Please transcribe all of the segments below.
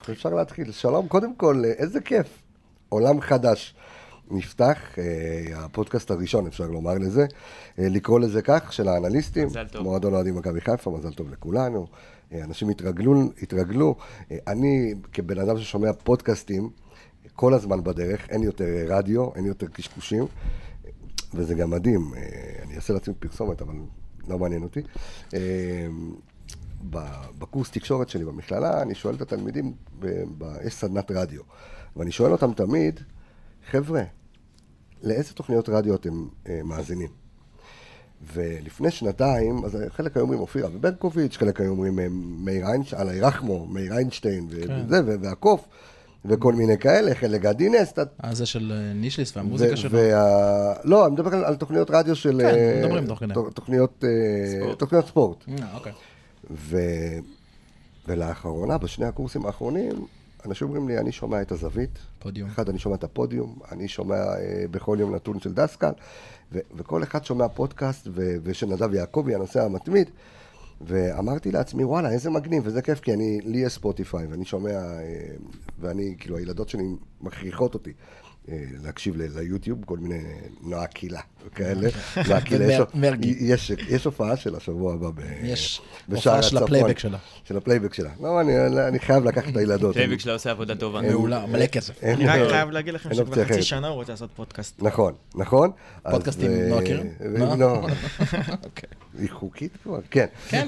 אפשר להתחיל. שלום, קודם כל, איזה כיף. עולם חדש. נפתח, הפודקאסט הראשון, אפשר לומר לזה, לקרוא לזה כך, של האנליסטים. מזל טוב. מועדון אוהדים מכבי חיפה, מזל טוב לכולנו. אנשים התרגלו. אני, כבן אדם ששומע פודקאסטים, כל הזמן בדרך, אין יותר רדיו, אין יותר קשקושים, וזה גם מדהים. אני אעשה לעצמי פרסומת, אבל לא מעניין אותי. בקורס תקשורת שלי במכללה, אני שואל את התלמידים, יש סדנת רדיו, ואני שואל אותם תמיד, חבר'ה, לאיזה תוכניות רדיו אתם מאזינים? ולפני שנתיים, אז חלק היו אומרים אופירה וברקוביץ', חלק היו אומרים עלי רחמו, מאיר איינשטיין, וזה, והקוף, וכל מיני כאלה, חלק הדינס. זה של נישליס והמוזיקה שלו? לא, אני מדבר על תוכניות רדיו של... כן, מדברים תוך כדי. תוכניות ספורט. אוקיי. ולאחרונה, בשני הקורסים האחרונים, אנשים אומרים לי, אני שומע את הזווית. פודיום. אחד, אני שומע את הפודיום, אני שומע בכל יום נתון של דסקל, וכל אחד שומע פודקאסט, ושנדב יעקבי, הנושא המתמיד, ואמרתי לעצמי, וואלה, איזה מגניב, וזה כיף, כי לי יש ספוטיפיי, ואני שומע, ואני, כאילו, הילדות שלי מכריחות אותי להקשיב ליוטיוב, כל מיני נועה קהילה וכאלה. יש הופעה של השבוע הבא יש הופעה של הפלייבק שלה. של הפלייבק שלה. לא, אני חייב לקחת את הילדות. הפלייבק שלה עושה עבודה טובה. מעולה, מלא כסף. אני רק חייב להגיד לכם שכבר חצי שנה הוא רוצה לעשות פודקאסט. נכון. פודקאסטים לא מכירים? לא. היא חוקית כבר? כן.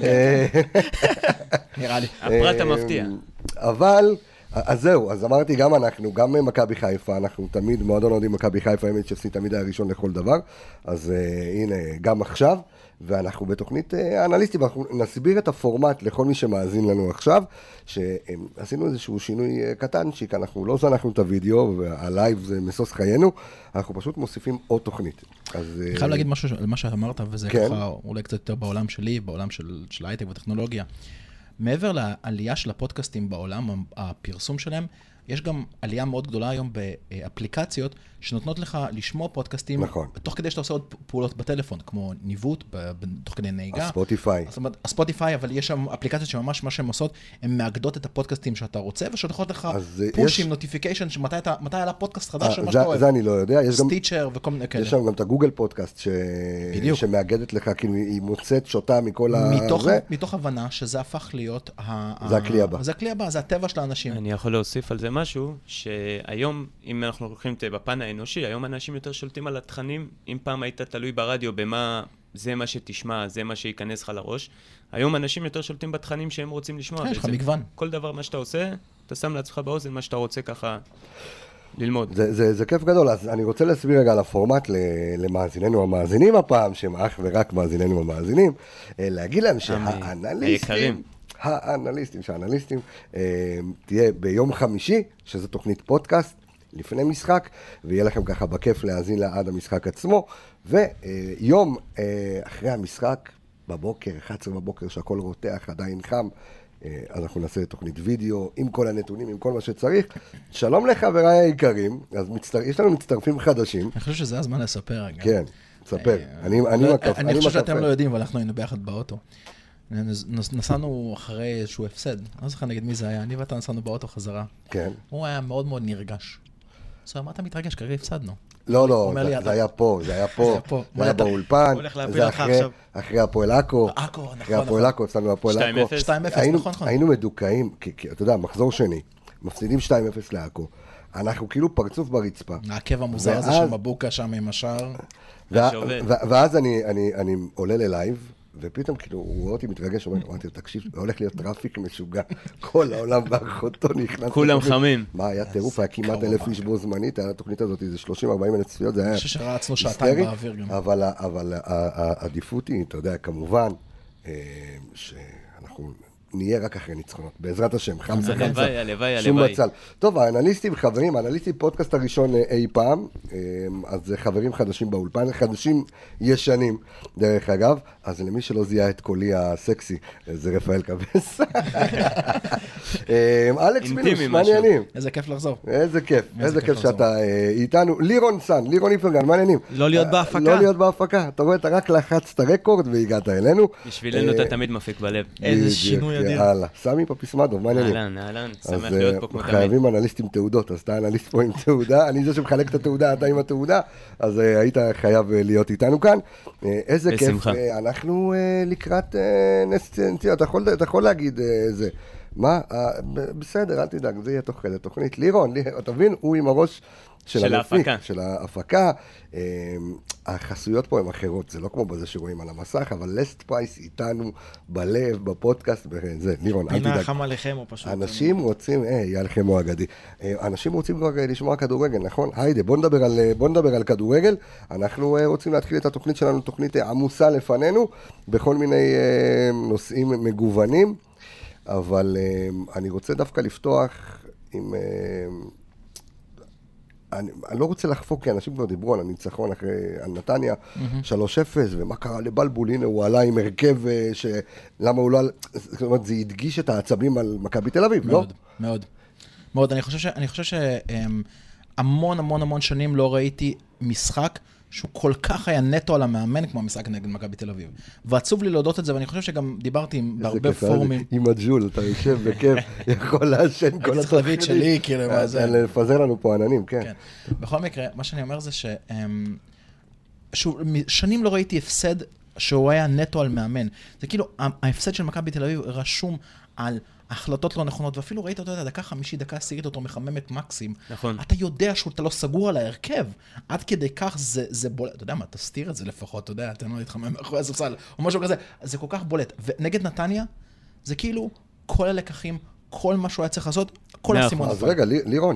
נראה לי. הפרט המפתיע. אבל... אז זהו, אז אמרתי גם אנחנו, גם מכבי חיפה, אנחנו תמיד, מועדון אוהדים מכבי חיפה, האמת שפסי תמיד היה ראשון לכל דבר, אז הנה, גם עכשיו, ואנחנו בתוכנית אנליסטים, ואנחנו נסביר את הפורמט לכל מי שמאזין לנו עכשיו, שעשינו איזשהו שינוי קטנצ'יק, אנחנו לא זנחנו את הוידאו, והלייב זה מסוס חיינו, אנחנו פשוט מוסיפים עוד תוכנית. אני חייב להגיד משהו על מה שאמרת, וזה ככה אולי קצת יותר בעולם שלי, בעולם של הייטק וטכנולוגיה. מעבר לעלייה של הפודקאסטים בעולם, הפרסום שלהם, יש גם עלייה מאוד גדולה היום באפליקציות שנותנות לך לשמוע פודקאסטים, נכון. תוך כדי שאתה עושה עוד פעולות בטלפון, כמו ניווט, תוך כדי נהיגה. הספוטיפיי, אבל יש שם אפליקציות שממש מה שהן עושות, הן מאגדות את הפודקאסטים שאתה רוצה, ושולחות לך פושים, נוטיפיקיישן, שמתי עלה פודקאסט חדש של מה שאתה אוהב. זה אני לא יודע. סטיצ'ר וכל מיני כאלה. יש שם גם את הגוגל פודקאסט, שמאגדת לך, כאילו היא מוצאת שותה מכל מתוך הבנה שזה הפך להיות... זה הכלי הבא. זה הכלי הבא, זה הטבע של האנשים. אני יכול להוסיף על זה משהו, שהיום, אם אנחנו לוקחים בפן האנושי, היום אנשים יותר שולטים על התכנים. אם פעם היית תלוי ברדיו במה, זה מה שתשמע, זה מה שייכנס לך לראש. היום אנשים יותר שולטים בתכנים שהם רוצים לשמוע. יש לך מגוון. כל דבר מה שאתה עושה, אתה שם לעצמך באוזן מה שאתה רוצה ככה ללמוד. זה כיף גדול, אז אני רוצה להסביר רגע על הפורמט למאזיננו המאזינים הפעם, שהם אך ורק מאזיננו המאזינים, להגיד להם שהאנליסטים תהיה ביום חמישי, שזה תוכנית פודקאסט, לפני משחק, ויהיה לכם ככה בכיף להאזין לה עד המשחק עצמו, ויום אחרי המשחק, בבוקר, 11 בבוקר, שהכל רותח, עדיין חם, אנחנו נעשה תוכנית וידאו, עם כל הנתונים, עם כל מה שצריך. שלום לחבריי היקרים, אז יש לנו מצטרפים חדשים. אני חושב שזה הזמן לספר רגע. כן, ספר. אני חושב שאתם לא יודעים, אבל אנחנו היינו ביחד באוטו. נסענו אחרי איזשהו הפסד, לא זוכר נגד מי זה היה, אני ואתה נסענו באוטו חזרה. כן. הוא היה מאוד מאוד נרגש. אז הוא אמר, מה אתה מתרגש? כרגע הפסדנו. לא, זה היה פה, זה היה באולפן. הוא הולך להפיל אותך עכשיו. אחרי הפועל עכו. אחרי הפועל עכו, הפסדנו הפועל עכו. 2-0, נכון. היינו מדוכאים, כי אתה יודע, מחזור שני, מפסידים 2-0 לעכו. אנחנו כאילו פרצוף ברצפה. העקב המוזר הזה של מבוקה שם עם השער. ואז אני עולה ללייב, ופתאום כאילו הוא רואה אותי מתרגש, אמרתי, תקשיב, הולך להיות טראפיק משוגע, כל העולם באחותו נכנס. כולם חמים. מה, היה טירוף, היה כמעט 1,000 איש בו זמנית, התוכנית הזאת, זה 30-40 אלף צפיות, זה היה שרצנו שעתיים באוויר גם. אבל העדיפות היא, אתה יודע, כמובן, שאנחנו נהיה רק אחרי ניצחונות, בעזרת השם, חמסה. הלוואי. שום בצל. טוב, האנליסטים, חברים, האנליסטים פודקאסט הראשון אי פעם, אז זה חברים חדשים באולפן, חדשים ישנים, דרך אגב, אז למי שלא זיהה את קולי הסקסי, זה רפאל קבס. אלכס מינוס, מעניינים. איזה כיף לחזור. איזה כיף שאתה איתנו. לירון סן, לירון איפרגן, מעניינים. לא להיות בהפקה. לא להיות בהפקה. אתה רואה, אתה רק לחצת רקורד והגעת אלינו. בשבילנו אתה תמיד מפיק בלב. איזה שינוי נדיר. יאללה, סמי פפיסמדוב, מה העניינים? אהלן, שמח להיות פה כמו תמיד. חייבים אנליסט עם תעודות, אז אתה אנליסט פה עם תעודה, אני זה שמחלק את התעודה, אתה עם התעודה, אז היית חייב להיות איתנו כאן. איזה כיף, אנחנו לקראת נס ציונה, אתה יכול להגיד זה. מה? בסדר, אל תדאג, זה יהיה תוך כדי תוכנית. לירון, אתה מבין? הוא עם הראש של ההפקה. החסויות פה הן אחרות, זה לא כמו בזה שרואים על המסך, אבל לסט פרייס איתנו בלב, בפודקאסט, וזה, לירון, אל תדאג. פינה חמה לחמו פשוט. אנשים רוצים, יהיה לחמו אגדי. אנשים רוצים כבר לשמוע כדורגל, נכון? היידה, בוא נדבר על כדורגל. אנחנו רוצים להתחיל את התוכנית שלנו, תוכנית עמוסה לפנינו, בכל מיני נושאים מגוונים. אבל אני רוצה דווקא לפתוח עם... אני לא רוצה לחפוק, כי אנשים כבר דיברו על הניצחון אחרי נתניה, 3-0, ומה קרה לבלבול, הנה הוא עלה עם הרכב, למה הוא לא... זאת אומרת, זה הדגיש את העצבים על מכבי תל אביב, לא? מאוד, מאוד. מאוד, אני חושב שהמון שנים לא ראיתי משחק שהוא כל כך היה נטו על המאמן כמו המשחק נגד מכבי תל אביב. ועצוב לי להודות את זה, ואני חושב שגם דיברתי בהרבה פורומים. עם הג'ול, אתה יושב בכיף, יכול להשן כל התחלבית שלי, כאילו, מה זה? לפזר לנו פה עננים, כן. בכל מקרה, מה שאני אומר זה ששנים לא ראיתי הפסד שהוא היה נטו על מאמן. זה כאילו, ההפסד של מכבי תל אביב רשום על החלטות לא נכונות, ואפילו ראית אותו, דקה 50, דקה 10, אותו מחמם את מקסים. נכון. אתה יודע שאתה לא סגור על ההרכב. עד כדי כך זה בולט. אתה יודע מה, תסתיר את זה לפחות, אתה יודע, אתה לא להתחמם מאחורי הספסל, או משהו כזה. זה כל כך בולט. ונגד נתניה, זה כאילו כל הלקחים, כל מה שהוא היה צריך לעשות, כל הסימון. אז רגע, לירון,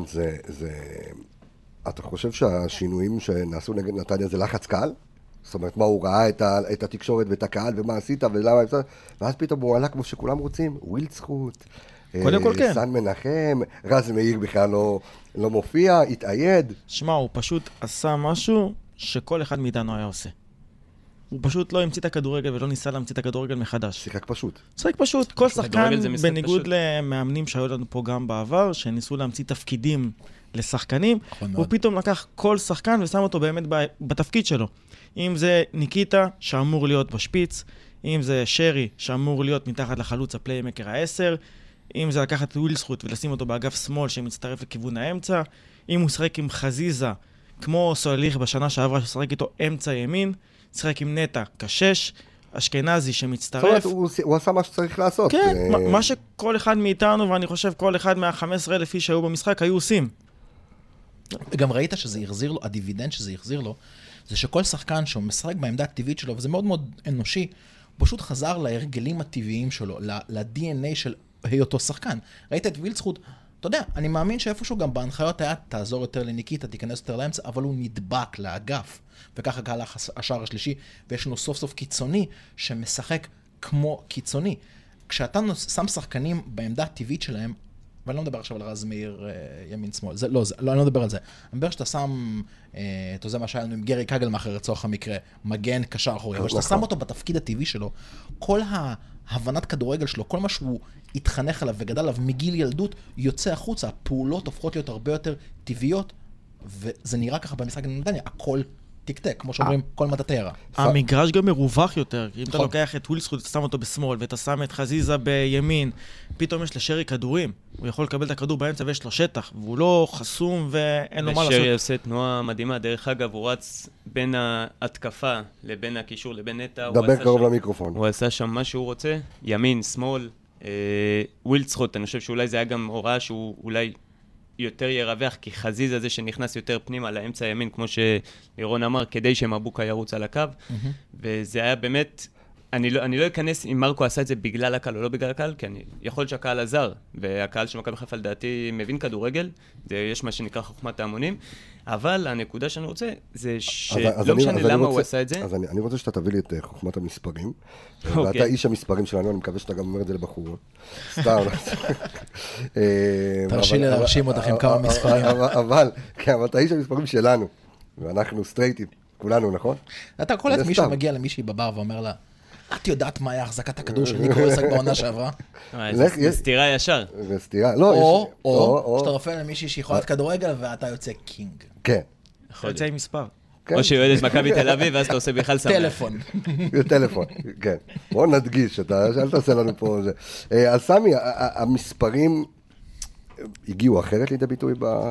אתה חושב שהשינויים שנעשו נגד נתניה זה לחץ קהל? זאת אומרת, מה הוא ראה את התקשורת ואת הקהל, ומה עשית, ולמה, ואז פתאום הוא עלה כמו שכולם רוצים, ווילדסחוט, קודם כל כן. סן מנחם, רז מאיר בכלל לא מופיע, התאייד. שמע, הוא פשוט עשה משהו שכל אחד מאיתנו היה עושה. הוא פשוט לא המציא את הכדורגל ולא ניסה להמציא את הכדורגל מחדש. שיחק פשוט. שיחק פשוט. כל שחקן, בניגוד למאמנים שהיו לנו פה גם בעבר, שניסו להמציא תפקידים לשחקנים, הוא פתאום לקח כל שחקן ושם אותו באמת בתפקיד שלו. אם זה ניקיטה, שאמור להיות בשפיץ, אם זה שרי, שאמור להיות מתחת לחלוץ הפליימקר ה-10, אם זה לקחת ווילדסחוט ולשים אותו באגף שמאל שמצטרף לכיוון האמצע, אם הוא שחק עם חזיזה, כמו סוליך בשנה שעברה ששחק איתו אמצע ימין, שחק עם נטה כשש, אשכנזי שמצטרף. זאת אומרת, הוא עשה מה שצריך לעשות. כן, מה שכל אחד מאיתנו, ואני חושב כל אחד מה-15,000 איש שהיו במשחק, היו עושים. גם ראית שזה יחזיר לו, הדיבידנד שזה יחזיר לו, זה שכל שחקן שהוא משחק בעמדה הטבעית שלו, וזה מאוד מאוד אנושי, הוא פשוט חזר להרגלים הטבעיים שלו, ל-DNA של היותו שחקן. ראית את ווילדסחוט, אתה יודע, אני מאמין שאיפשהו גם בהנחיות היה, תעזור יותר לניקיטה, תיכנס יותר לאמצע, אבל הוא נדבק לאגף, וככה קהל השער השלישי, ויש לנו סוף סוף קיצוני, שמשחק כמו קיצוני. כשאתה שם שחקנים בעמדה הטבעית שלהם, ואני לא מדבר עכשיו על רז מאיר ימין שמאל, אני לא מדבר על זה. אני מדבר שאתה שם, אתה יודע מה שהיה לנו עם גרי קגלמאכר לצורך המקרה, מגן קשר אחורי, אבל שאתה שם אותו בתפקיד הטבעי שלו, כל ההבנת כדורגל שלו, כל מה שהוא התחנך עליו וגדל עליו מגיל ילדות, יוצא החוצה, הפעולות הופכות להיות הרבה יותר טבעיות, וזה נראה ככה במשחק נתניה, הכל תקתק, כמו שאומרים, כל מטאטרה. המגרש גם מרווח יותר, אם אתה לוקח את ווילדסחוט, אתה שם אותו בשמאל, ואתה שם את חזיזה בימין, פתאום יש לשרי כדורים, הוא יכול לקבל את הכדור באמצע ויש לו שטח, והוא לא חסום ואין לו מה לעשות. ושרי עושה תנועה מדהימה, דרך אגב, הוא רץ בין ההתקפה לבין הקישור לבין נטע. דבר קרוב למיקרופון. הוא עשה שם מה שהוא רוצה, ימין, שמאל, ווילדסחוט, אני חושב שאולי זה היה גם הוראה שהוא אולי יותר ירווח, כי חזיזה זה שנכנס יותר פנימה לאמצע הימין, כמו שלירון אמר, כדי שמבוקה ירוץ על הקו, וזה היה באמת, אני לא אכנס אם מרקו עשה את זה בגלל הקהל או לא בגלל הקהל, כי יכול להיות שהקהל עזר, והקהל של מכבי חיפה לדעתי מבין כדורגל, יש מה שנקרא חוכמת ההמונים, אבל הנקודה שאני רוצה, זה שלא משנה למה הוא עשה את זה. אז אני רוצה שאתה תביא לי את חוכמת המספרים, ואתה איש המספרים שלנו, אני מקווה שאתה גם אומר את זה לבחורות. סתם. תרשי לי להרשים אותך עם כמה מספרים. אבל אתה איש המספרים שלנו, ואנחנו סטרייטים, כולנו, נכון? אתה קולט מישהו מגיע למישהי בבר ואומר לה, את יודעת מה היה החזקת הכדור של ניקו רסק בעונה שעברה? זה סתירה ישר. זה סתירה, לא, או שאתה רופא למישהי שיכולה את כדורגל ואתה יוצא קינג. כן. יוצא עם מספר. או שיועדת מכבי תל אביב, ואז אתה עושה בכלל שמח. טלפון. טלפון, כן. בואו נדגיש, אל תעשה לנו פה זה. אז סמי, המספרים הגיעו אחרת לידי ביטוי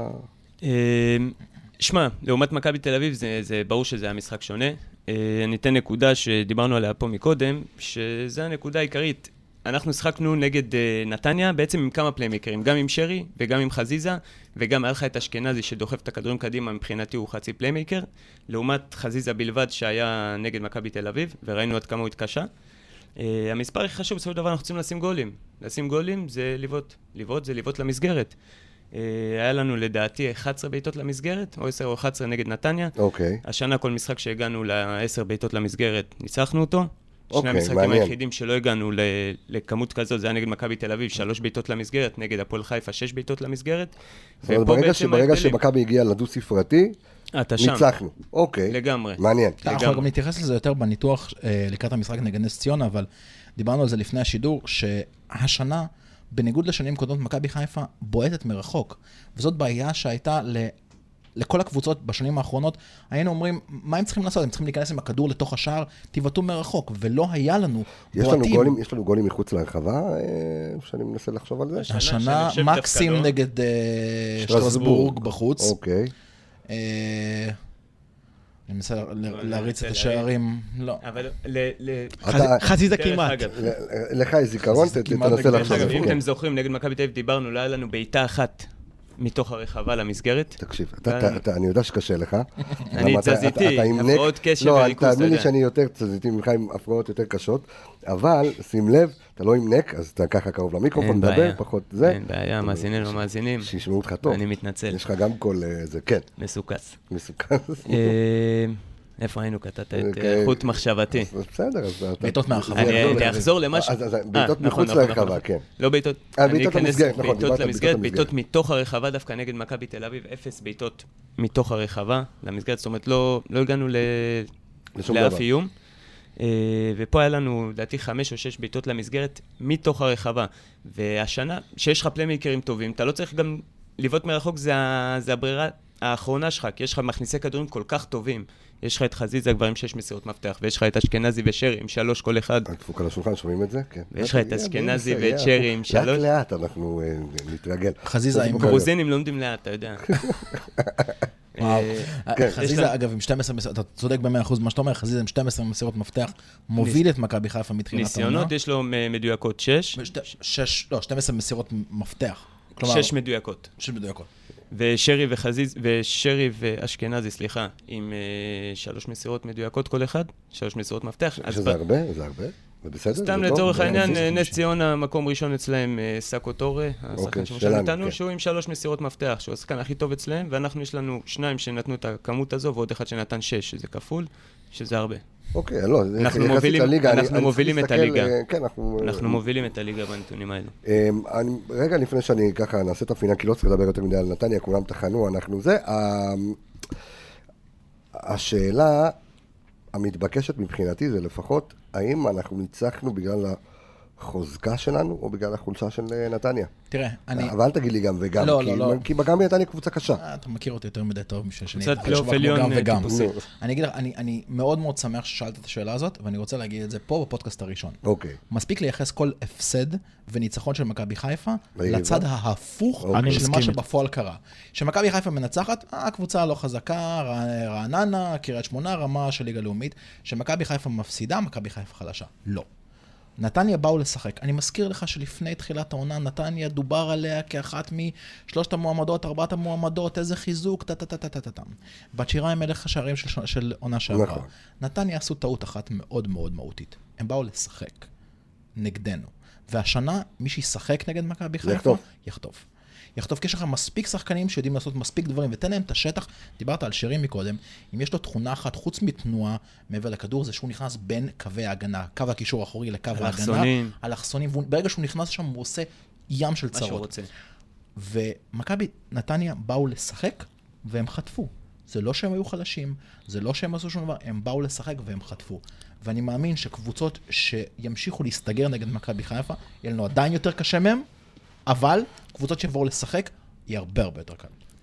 שמע, לעומת מכבי תל אביב, זה ברור שזה היה משחק שונה. אני אתן נקודה שדיברנו עליה פה מקודם, שזה הנקודה העיקרית. אנחנו שחקנו נגד נתניה, בעצם עם כמה פליימקרים, גם עם שרי וגם עם חזיזה, וגם היה לך את אשכנזי שדוחף את הכדורים קדימה, מבחינתי הוא חצי פליימקר, לעומת חזיזה בלבד שהיה נגד מכבי תל אביב, וראינו עד כמה הוא התקשה. המספר הכי חשוב, בסופו של דבר אנחנו רוצים לשים גולים. לשים גולים זה לבעוט. לבעוט זה לבעוט למסגרת. היה לנו לדעתי 11 בעיטות למסגרת, או 10 או 11 נגד נתניה. אוקיי. השנה כל משחק שהגענו ל10 בעיטות למסגרת, ניצחנו אותו. שני המשחקים היחידים שלא הגענו לכמות כזאת, זה היה נגד מכבי תל אביב, 3 בעיטות למסגרת, נגד הפועל חיפה, 6 בעיטות למסגרת. ברגע שמכבי הגיע לדו ספרתי, ניצחנו. אוקיי. לגמרי. מעניין. אנחנו גם נתייחס לזה יותר בניתוח לקראת המשחק נגד נס ציונה, אבל דיברנו על זה לפני השידור, שהשנה, בניגוד לשנים קודמות, מכבי חיפה בועטת מרחוק. וזאת בעיה שהייתה לכל הקבוצות בשנים האחרונות, היינו אומרים, מה הם צריכים לעשות? הם צריכים להיכנס עם הכדור לתוך השער, תיבטאו מרחוק, ולא היה לנו בועטים. יש לנו גולים מחוץ לרחבה, שאני מנסה לחשוב על זה? השנה מקסים נגד שטרסבורג בחוץ. אוקיי. אני מנסה להריץ את השערים, לא. אבל חזיזה כמעט. לך יש זיכרון, תנסה לחשוב. אם אתם זוכרים, נגד מכבי תל אביב דיברנו, לא היה לנו בעיטה אחת מתוך הרחבה למסגרת. תקשיב, אני יודע שקשה לך. אני תזזיתי, הפרעות קשב וריכוז. לא, תאמין לי שאני יותר תזזיתי ממך עם הפרעות יותר קשות, אבל שים לב, אתה לא עם נק, אז אתה ככה קרוב למיקרופון, מדבר, פחות זה. אין בעיה, מאזינים ומאזינים. שישמעו אותך טוב. אני מתנצל. יש לך גם קול, זה כן. מסוכס. מסוכס. איפה היינו? קטעת את חוט מחשבתי. בסדר, אז בעיטות מהרחבה. אני אחזור למשהו. בעיטות מחוץ לרחבה, כן. לא בעיטות. בעיטות למסגרת, נכון. בעיטות למסגרת, בעיטות מתוך הרחבה, דווקא נגד מכבי תל אביב, 0 בעיטות מתוך הרחבה למסגרת, זאת אומרת, לא הגענו לאף איום. ופה היה לנו, לדעתי, 5 או 6 בעיטות למסגרת מתוך הרחבה. והשנה, שיש לך פליימקרים טובים, אתה לא צריך גם לבעוט מרחוק, זה הברירה האחרונה שלך, כי יש לך מכניסי כדורים כל כך טובים. יש לך את חזיזה כבר עם 6 מסירות מפתח, ויש לך את אשכנזי ושרי עם 3 כל אחד. דפוק על השולחן, שומעים את זה? כן. ויש לך את אשכנזי ואת שרי עם 3. לאט לאט אנחנו נתרגל. חזיזה עם... גרוזינים לומדים לאט, אתה יודע. חזיזה, אגב, עם 12 מסירות, אתה צודק ב100% מה שאתה אומר, חזיזה עם 12 מסירות מפתח, מוביל את מכבי חיפה מתחילת העונה. ניסיונות, יש לו מדויקות 6. 12 מסירות מפתח. 6 מדויקות. 6 מדויקות. ושרי ואשכנזי, סליחה, עם 3 מסירות מדויקות כל אחד, 3 מסירות מפתח. שזה הרבה, זה הרבה. סתם לצורך העניין, נס ציונה, מקום ראשון אצלהם, סאקו טורה, השחקן שמשל איתנו, שהוא עם 3 מסירות מפתח, שהוא השחקן הכי טוב אצלהם, ואנחנו יש לנו 2 שנתנו את הכמות הזו, ועוד אחד שנתן 6, שזה כפול, שזה הרבה. אוקיי, לא, אנחנו מובילים את הליגה. אנחנו מובילים את הליגה בנתונים האלו. רגע לפני שאני ככה נעשה את הפינה, כי לא צריך לדבר יותר מדי על נתניה, כולם תחנו, אנחנו זה. השאלה המתבקשת מבחינתי זה לפחות, האם אנחנו ניצחנו בגלל החוזקה שלנו, או בגלל החולשה של נתניה? תראה, אני... אבל אל תגיד לי גם וגם, כי מכבי נתניה קבוצה קשה. אתה מכיר אותי יותר מדי טוב בשביל שאני... קצת פלייאוף עליון טיפוסי. אני אגיד לך, אני מאוד מאוד שמח ששאלת את השאלה הזאת, ואני רוצה להגיד את זה פה בפודקאסט הראשון. אוקיי. מספיק לייחס כל הפסד וניצחון של מכבי חיפה לצד ההפוך של מה שבפועל קרה. שמכבי חיפה מנצחת, הקבוצה לא חזקה, רעננה, קריית שמונה, רמה של ליגה לאומית. שמכבי חיפה מפסידה, מכבי חיפה חלשה. לא. נתניה באו לשחק. אני מזכיר לך שלפני תחילת העונה, נתניה דובר עליה כאחת משלושת המועמדות, 4 המועמדות, איזה חיזוק, טטטטטטטטם. בת שירה הם מלך השערים של עונה שעברה. נתניה עשו טעות אחת מאוד מאוד מהותית. הם באו לשחק נגדנו. והשנה, מי שישחק נגד מכבי חיפה, יחטוף. כי יש לך מספיק שחקנים שיודעים לעשות מספיק דברים, ותן להם את השטח. דיברת על שרי מקודם, אם יש לו תכונה אחת חוץ מתנועה מעבר לכדור, זה שהוא נכנס בין קווי ההגנה, קו הקישור האחורי לקו ההגנה, אלכסונים, ברגע שהוא נכנס שם הוא עושה ים של צרות. ומכבי נתניה באו לשחק והם חטפו. זה לא שהם היו חלשים, זה לא שהם עשו שום דבר, הם באו לשחק והם חטפו. ואני מאמין שקבוצות שימשיכו להסתגר נגד מכבי חיפה, יהיה לנו עדיין יותר קשה מהם, אבל קבוצות שיבואו לשחק, היא הרבה הרבה יותר קל.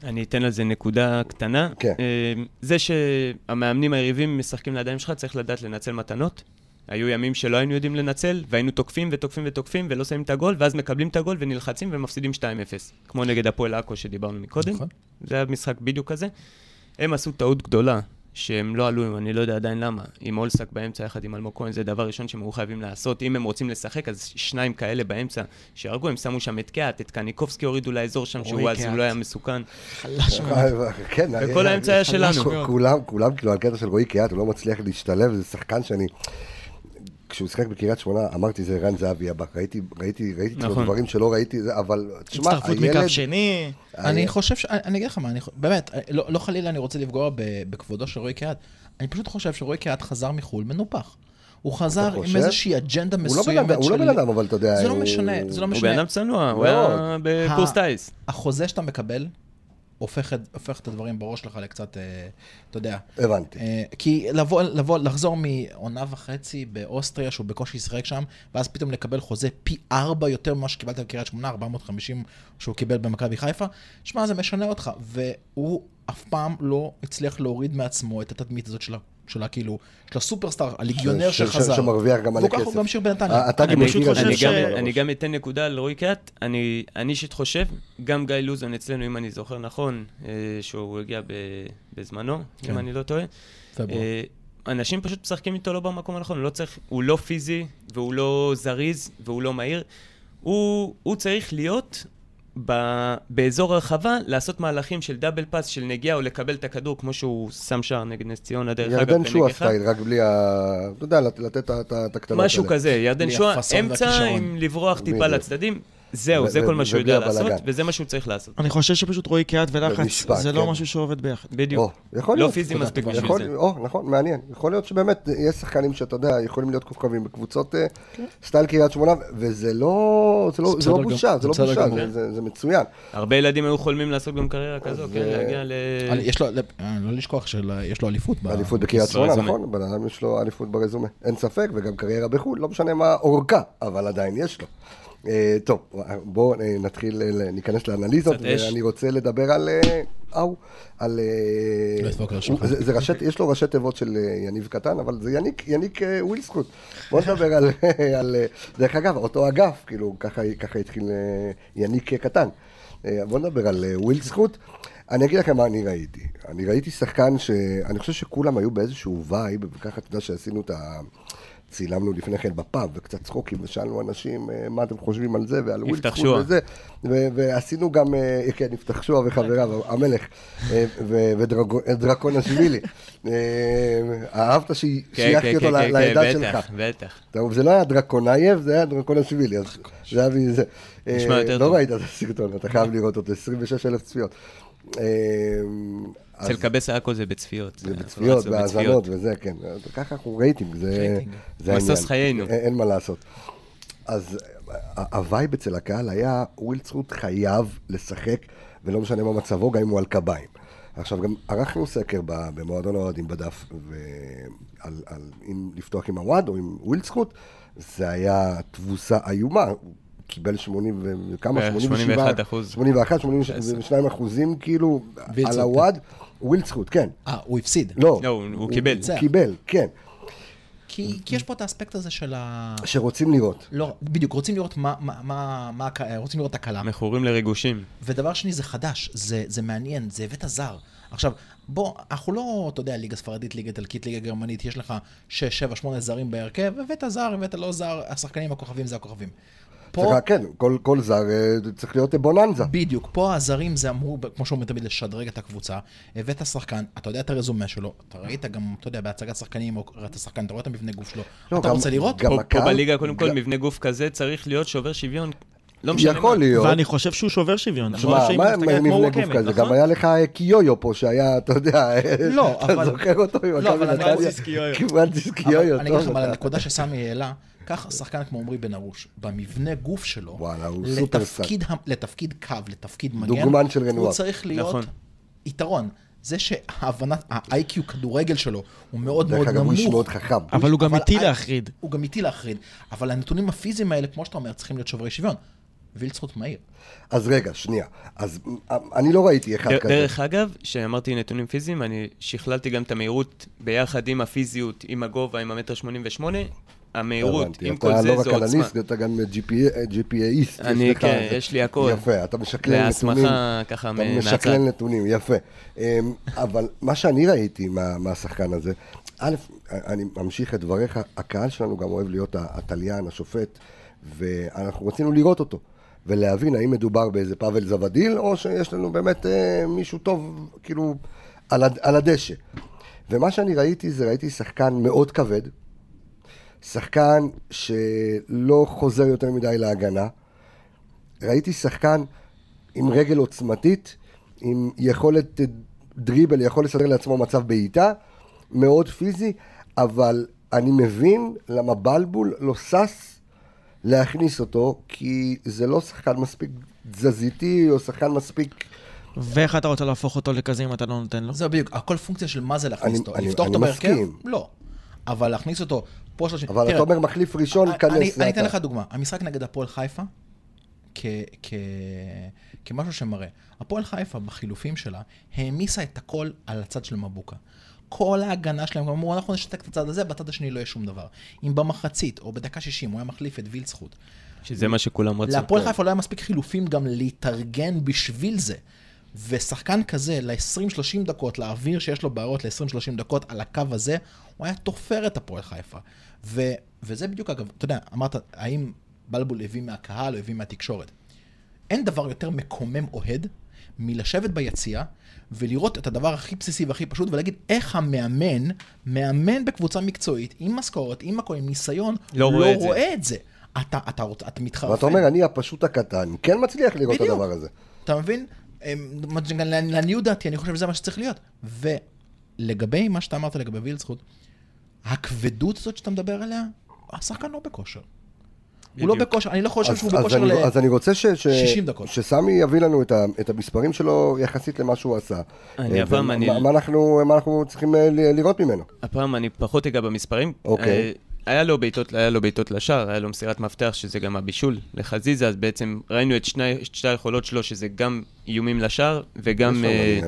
אני אתן על זה נקודה קטנה. כן. זה שהמאמנים היריבים משחקים לידיים שלך, צריך לדעת לנצל מתנות. היו ימים שלא היינו יודעים לנצל, והיינו תוקפים ותוקפים ותוקפים, ולא שמים את הגול, ואז מקבלים את הגול ונלחצים ומפסידים 2-0. כמו נגד הפועל עכו שדיברנו מקודם. זה היה משחק בדיוק כזה. הם עשו טעות גדולה, שהם לא עלו, אני לא יודע עדיין למה. עם אולסק באמצע יחד עם אלמוג כהן, זה דבר ראשון שהם היו חייבים לעשות. אם הם רוצים לשחק, אז 2 כאלה באמצע שהרגו, הם שמו שם את קיאט, את קניקובסקי הורידו לאזור שם, שהוא אז לא היה מסוכן. חלש מאוד. וכל האמצע היה שלנו. כולם, כאילו, על קטע של רועי קיאט, הוא לא מצליח להשתלב, זה שחקן שאני... כשהוא שחק בקריית שמונה, אמרתי, זה רן זהבי הבא. ראיתי דברים שלא ראיתי, אבל תשמע, הילד... הצטרפות מקו שני. אני חושב אני אגיד לך מה, באמת, לא חלילה אני רוצה לפגוע בכבודו של רועי קיאט, אני פשוט חושב שרועי קיאט חזר מחול מנופח. הוא חזר עם איזושהי אג'נדה מסוימת. הוא לא בן אדם, אבל אתה יודע... זה לא משנה, זה לא משנה. הוא בן אדם צנוע, הוא היה בקורס טייס. החוזה שאתה מקבל, הופך את הדברים בראש שלך לקצת, אתה יודע. הבנתי. כי לחזור מעונה וחצי באוסטריה, שהוא בקושי ישחק שם, ואז פתאום לקבל חוזה פי 4 יותר ממה שקיבלת בקריית שמונה, 450 שהוא קיבל במכבי חיפה, שמה, זה משנה אותך, והוא אף פעם לא הצליח להוריד מעצמו את התדמית הזאת שלה כאילו, של הסופרסטאר, הליגיונר שחזר. שמרוויח גם על הכסף. וכך הוא ממשיך בנתניה. אני גם אתן נקודה על רועי קיאט, אני אישית חושב, גם גיא לוזון אצלנו, אם אני זוכר נכון, שהוא הגיע בזמנו, אם אני לא טועה, אנשים פשוט משחקים איתו לא במקום הנכון, הוא לא פיזי, והוא לא זריז, והוא לא מהיר, הוא צריך להיות... באזור הרחבה, לעשות מהלכים של דאבל פאס, של נגיעה, או לקבל את הכדור, כמו שהוא שם שער נגד נס ציונה, דרך אגב, ירדן שואה סטייל, רק בלי אתה יודע, לתת את הקטנות האלה. משהו כזה, ירדן שואה, אמצע עם לברוח טיפה לצדדים, זהו, זה כל מה שהוא יודע לעשות, וזה מה שהוא צריך לעשות. אני חושב שפשוט רועי קיאט ולחץ, זה לא משהו שעובד ביחד. בדיוק. לא פיזי מספיק בשביל זה. נכון, מעניין. יכול להיות שבאמת יש שחקנים שאתה יודע, יכולים להיות כוכבים בקבוצות סטייל קריית שמונה, וזה לא בושה, זה מצוין. הרבה ילדים היו חולמים לעשות גם קריירה כזו, כן, להגיע ל... לא לשכוח שיש לו אליפות. אליפות בקריית שמונה, נכון? בן אדם יש לו אליפות ברזומה. אין ספק, וגם קריירה בחו"ל, לא משנה מה אורכה, אבל עדיין יש לו. טוב, בואו נתחיל, ניכנס לאנליזות, ואני רוצה לדבר על... יש לו ראשי תיבות של יניב קטן, אבל זה יניק ווילסקוט. בואו נדבר על... דרך אגב, אותו אגף, כאילו, ככה התחיל יניק קטן. בואו נדבר על ווילסקוט. אני אגיד לכם מה אני ראיתי. אני ראיתי שחקן שאני חושב שכולם היו באיזשהו וייב, וככה אתה יודע שעשינו את ה... צילמנו לפני כן בפאב, וקצת צחוקים, ושאלנו אנשים מה אתם חושבים על זה, ועל ווילסקוט וזה, ועשינו גם, כן, נפתח שועה וחבריו, המלך, ודרקון השבילי. אהבת שייכתי אותו לעדה שלך. בטח. טוב, זה לא היה דרקונייב, זה היה דרקון השבילי, אז זה היה מזה. לא ראית את הסרטון, אתה חייב לראות אותו, 26,000 צפיות. אצל קבס הכל זה בצפיות. זה בצפיות, בהאזנות וזה, כן. ככה אנחנו רייטינג, זה העניין. מסוס חיינו. אין מה לעשות. אז הווייב אצל הקהל היה, ווילסקוט חייב לשחק, ולא משנה מה מצבו, גם אם הוא על קביים. עכשיו, גם ערכנו סקר במועדון האוהדים בדף, אם לפתוח עם הוואד או עם ווילסקוט, זה היה תבוסה איומה. קיבל 80 וכמה, 81, 82% כאילו על הוואד, ווילסקוט, כן. הוא הפסיד. לא, הוא קיבל. קיבל, כן. כי יש פה את האספקט הזה של שרוצים לראות. לא, בדיוק, רוצים לראות רוצים לראות הקלה. מכורים לריגושים. ודבר שני, זה חדש, זה מעניין, זה הבאת זר. עכשיו, בוא, אנחנו לא, אתה יודע, ליגה ספרדית, ליגה איטלקית, ליגה גרמנית, יש לך 6, 7, 8 זרים בהרכב, הבאת זר, הבאת לא זר, השחקנים הכוכבים זה הכוכבים. פה... כן, כל זר צריך להיות בוננזה. בדיוק, פה הזרים זה אמרו, כמו שאומרים תמיד, לשדרג את הקבוצה, הבאת שחקן, אתה יודע את הרזומה שלו, אתה ראית גם, אתה יודע, בהצגת שחקנים, או ראית השחקן, אתה רואה את המבנה גוף שלו, אתה רוצה לראות? פה בליגה, קודם כל, מבנה גוף כזה צריך להיות שובר שוויון, לא משנה יכול להיות. ואני חושב שהוא שובר שוויון. מה מבנה גוף כזה? גם היה לך קיויו פה, שהיה, אתה יודע, אתה זוכר אותו? לא, אבל אני אגיד לך, אבל הנקודה שסמי העלה, כך שחקן כמו עומרי בן ארוש, במבנה גוף שלו, לתפקיד קו, לתפקיד מגן, הוא צריך להיות יתרון. זה שההבנת, ה-IQ כדורגל שלו הוא מאוד מאוד נמוך. אבל הוא גם איטי להחריד. הוא גם איטי להחריד. אבל הנתונים הפיזיים האלה, כמו שאתה אומר, צריכים להיות שוברי שוויון. וילצחוט מהיר. אז רגע, שנייה. אז אני לא ראיתי אחד כזה. דרך אגב, שאמרתי נתונים פיזיים, אני שכללתי גם את המהירות ביחד עם הפיזיות, עם הגובה, עם המטר 88, המהירות, עם כל זה, זו עוצמה. אתה לא רק אנליסט, אתה גם GPAיסט. אני, כן, יש לי הכל. יפה, אתה משקלל נתונים. להסמכה ככה מהצד. אתה משקלל נתונים, יפה. אבל מה שאני ראיתי מהשחקן הזה, א', אני ממשיך את דבריך, הקהל שלנו גם אוהב להיות התליין, השופט, ואנחנו רצינו לראות אותו, ולהבין האם מדובר באיזה פאבל זוואדיל, או שיש לנו באמת מישהו טוב, כאילו, על הדשא. ומה שאני ראיתי שחקן מאוד כבד, שחקן שלא חוזר יותר מדי להגנה, ראיתי שחקן עם רגל עוצמתית, עם יכולת דריבל, יכול לסדר לעצמו מצב בעיטה, מאוד פיזי, אבל אני מבין למה בלבול לא סס להכניס אותו, כי זה לא שחקן מספיק תזזיתי, או שחקן מספיק... ואיך אתה רוצה להפוך אותו לכזה אם אתה לא נותן לו? זה בדיוק, הכל פונקציה של מה זה להכניס אותו. לפתוח אותו בהרכב? לא. אבל להכניס אותו... אבל אתה אומר מחליף ראשון, כנס... אני אתן לך דוגמה. המשחק נגד הפועל חיפה, כמשהו שמראה. הפועל חיפה בחילופים שלה, העמיסה את הכל על הצד של מבוקה. כל ההגנה שלהם, אמרו, אנחנו נשתק את הצד הזה, בצד השני לא יהיה שום דבר. אם במחצית, או בדקה 60, הוא היה מחליף את וילצחוט. שזה מה שכולם רצו. להפועל חיפה לא היה מספיק חילופים גם להתארגן בשביל זה. ושחקן כזה, ל-20-30 דקות, להעביר שיש לו בעיות ל-20-30 דקות על הקו הזה, הוא היה תופר את הפועל חיפה. וזה בדיוק, אגב, אתה יודע, אמרת, האם בלבול הביא מהקהל או הביא מהתקשורת? אין דבר יותר מקומם אוהד מלשבת ביציאה, ולראות את הדבר הכי בסיסי והכי פשוט, ולהגיד איך מאמן בקבוצה מקצועית, עם משכורת, עם הכל, עם ניסיון, לא רואה את זה. אתה מתחרפן. ואתה אומר, אני הפשוט הקטן, כן מצליח לראות את הדבר הזה. אתה מבין? לעניות דעתי, אני חושב שזה מה שצריך להיות. ולגבי מה שאתה אמרת לגבי וילצחוט, הכבדות הזאת שאתה מדבר עליה, השחקן לא בכושר. הוא לא בכושר, אני לא חושב שהוא בכושר ל-60 דקות. אז אני רוצה שסמי יביא לנו את המספרים שלו יחסית למה שהוא עשה. מה אנחנו צריכים לראות ממנו? הפעם אני פחות אגע במספרים. אוקיי. היה לו בעיטות לשער, היה לו מסירת מפתח שזה גם הבישול לחזיזה, אז בעצם ראינו את שתי היכולות שלו שזה גם איומים לשער וגם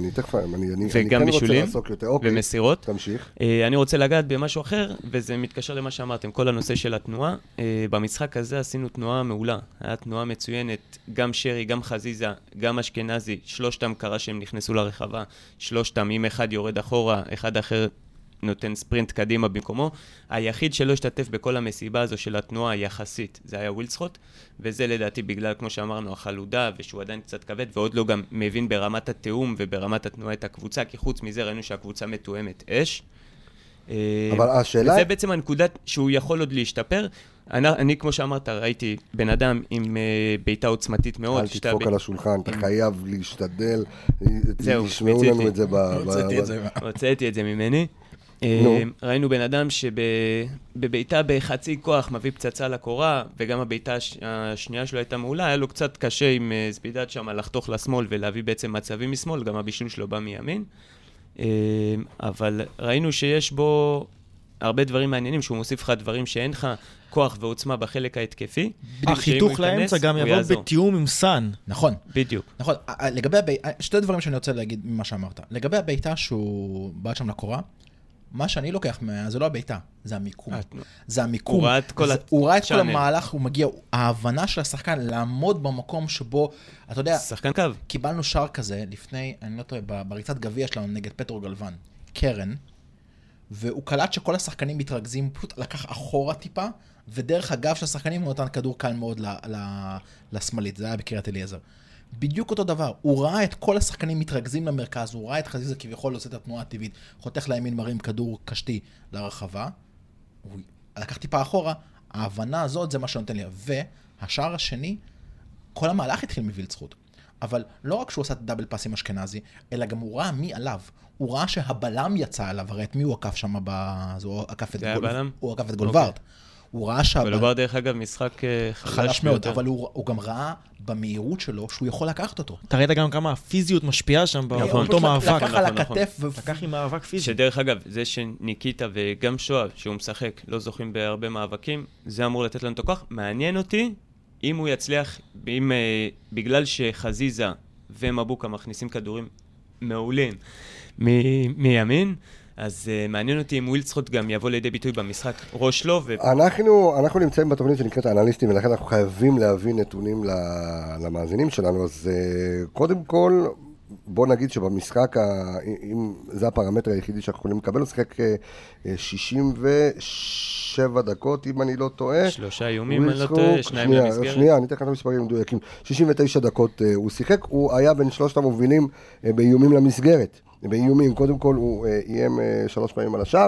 בישולים ומסירות. תמשיך. אני רוצה לגעת במשהו אחר, וזה מתקשר למה שאמרתם, כל הנושא של התנועה. במשחק הזה עשינו תנועה מעולה, היה תנועה מצוינת, גם שרי, גם חזיזה, גם אשכנזי, שלושתם קרה שהם נכנסו לרחבה, שלושתם, אם אחד יורד אחורה, אחד אחר נותן ספרינט קדימה במקומו. היחיד שלא השתתף בכל המסיבה הזו של התנועה היחסית, זה היה וילצחוט, וזה לדעתי בגלל, כמו שאמרנו, החלודה, ושהוא עדיין קצת כבד, ועוד לא גם מבין ברמת התאום וברמת התנועה את הקבוצה, כי חוץ מזה ראינו שהקבוצה מתואמת אש. אבל השאלה... וזה בעצם הנקודה שהוא יכול עוד להשתפר. אני, כמו שאמרת, ראיתי בן אדם עם בעיטה עוצמתית מאוד. אל תדפוק על השולחן, אתה חייב להשתדל. זהו, הוצאתי את זה ממני. ראינו בן אדם שבביתה בחצי כוח מביא פצצה לקורה, וגם הביתה השנייה שלו הייתה מעולה, היה לו קצת קשה עם ספידד שם לחתוך לשמאל ולהביא בעצם מצבים משמאל, גם הבישול שלו בא מימין. אבל ראינו שיש בו הרבה דברים מעניינים, שהוא מוסיף לך דברים שאין לך כוח ועוצמה בחלק ההתקפי. החיתוך לאמצע גם יבוא בתיאום עם סן. נכון. בדיוק. נכון. לגבי שתי דברים שאני רוצה להגיד ממה שאמרת. לגבי הביתה שהוא בא שם לקורה, מה שאני לוקח זה לא הביתה, זה המיקום. זה המיקום. הוא ראה את כל המהלך, הוא מגיע, ההבנה של השחקן לעמוד במקום שבו, אתה יודע, שחקן קו. קיבלנו שער כזה לפני, אני לא טועה, בריצת גביע שלנו נגד פטרו גלוון, קרן, והוא קלט שכל השחקנים מתרכזים, פשוט לקח אחורה טיפה, ודרך הגב של השחקנים הוא נתן כדור קל מאוד לשמאלית, זה היה בקריית אליעזר. בדיוק אותו דבר, הוא ראה את כל השחקנים מתרכזים למרכז, הוא ראה את חזיזה כביכול עושה את התנועה הטבעית, חותך לימין מרים כדור קשתי לרחבה, הוא לקח טיפה אחורה, ההבנה הזאת זה מה שנותן לי, והשער השני, כל המהלך התחיל מווילצחוט, אבל לא רק שהוא עושה את דאבל פאס עם אשכנזי, אלא גם הוא ראה מי עליו, הוא ראה שהבלם יצא עליו, הרי את מי הוא עקף שם, הוא עקף את גולווארד. הוא ראה גולווארד דרך אגב משחק חלש מאוד, אבל הוא גם ראה במהירות שלו שהוא יכול לקחת אותו. אתה ראית גם כמה הפיזיות משפיעה שם באותו מאבק. לקח על הכתף. לקח עם מאבק פיזי. שדרך אגב, זה שניקיטה וגם שואב, שהוא משחק, לא זוכים בהרבה מאבקים, זה אמור לתת לנו את הכוח. מעניין אותי אם הוא יצליח, בגלל שחזיזה ומבוקה מכניסים כדורים מעולים מימין, אז מעניין אותי אם ווילדסחוט גם יבוא לידי ביטוי במשחק ראש לו. אנחנו נמצאים בתוכנית שנקראת האנליסטים, ולכן אנחנו חייבים להביא נתונים למאזינים שלנו. אז קודם כל, בוא נגיד שבמשחק, אם זה הפרמטר היחידי שאנחנו יכולים לקבל, הוא שחק 67 דקות, אם אני לא טועה. 3 איומים, אני לא טועה, 2 למסגרת. שנייה, אני אתן לך את המספרים מדויקים. 69 דקות הוא שיחק, הוא היה בין 3 המובילים באיומים למסגרת. באיומים, קודם כל הוא איים 3 פעמים על השער,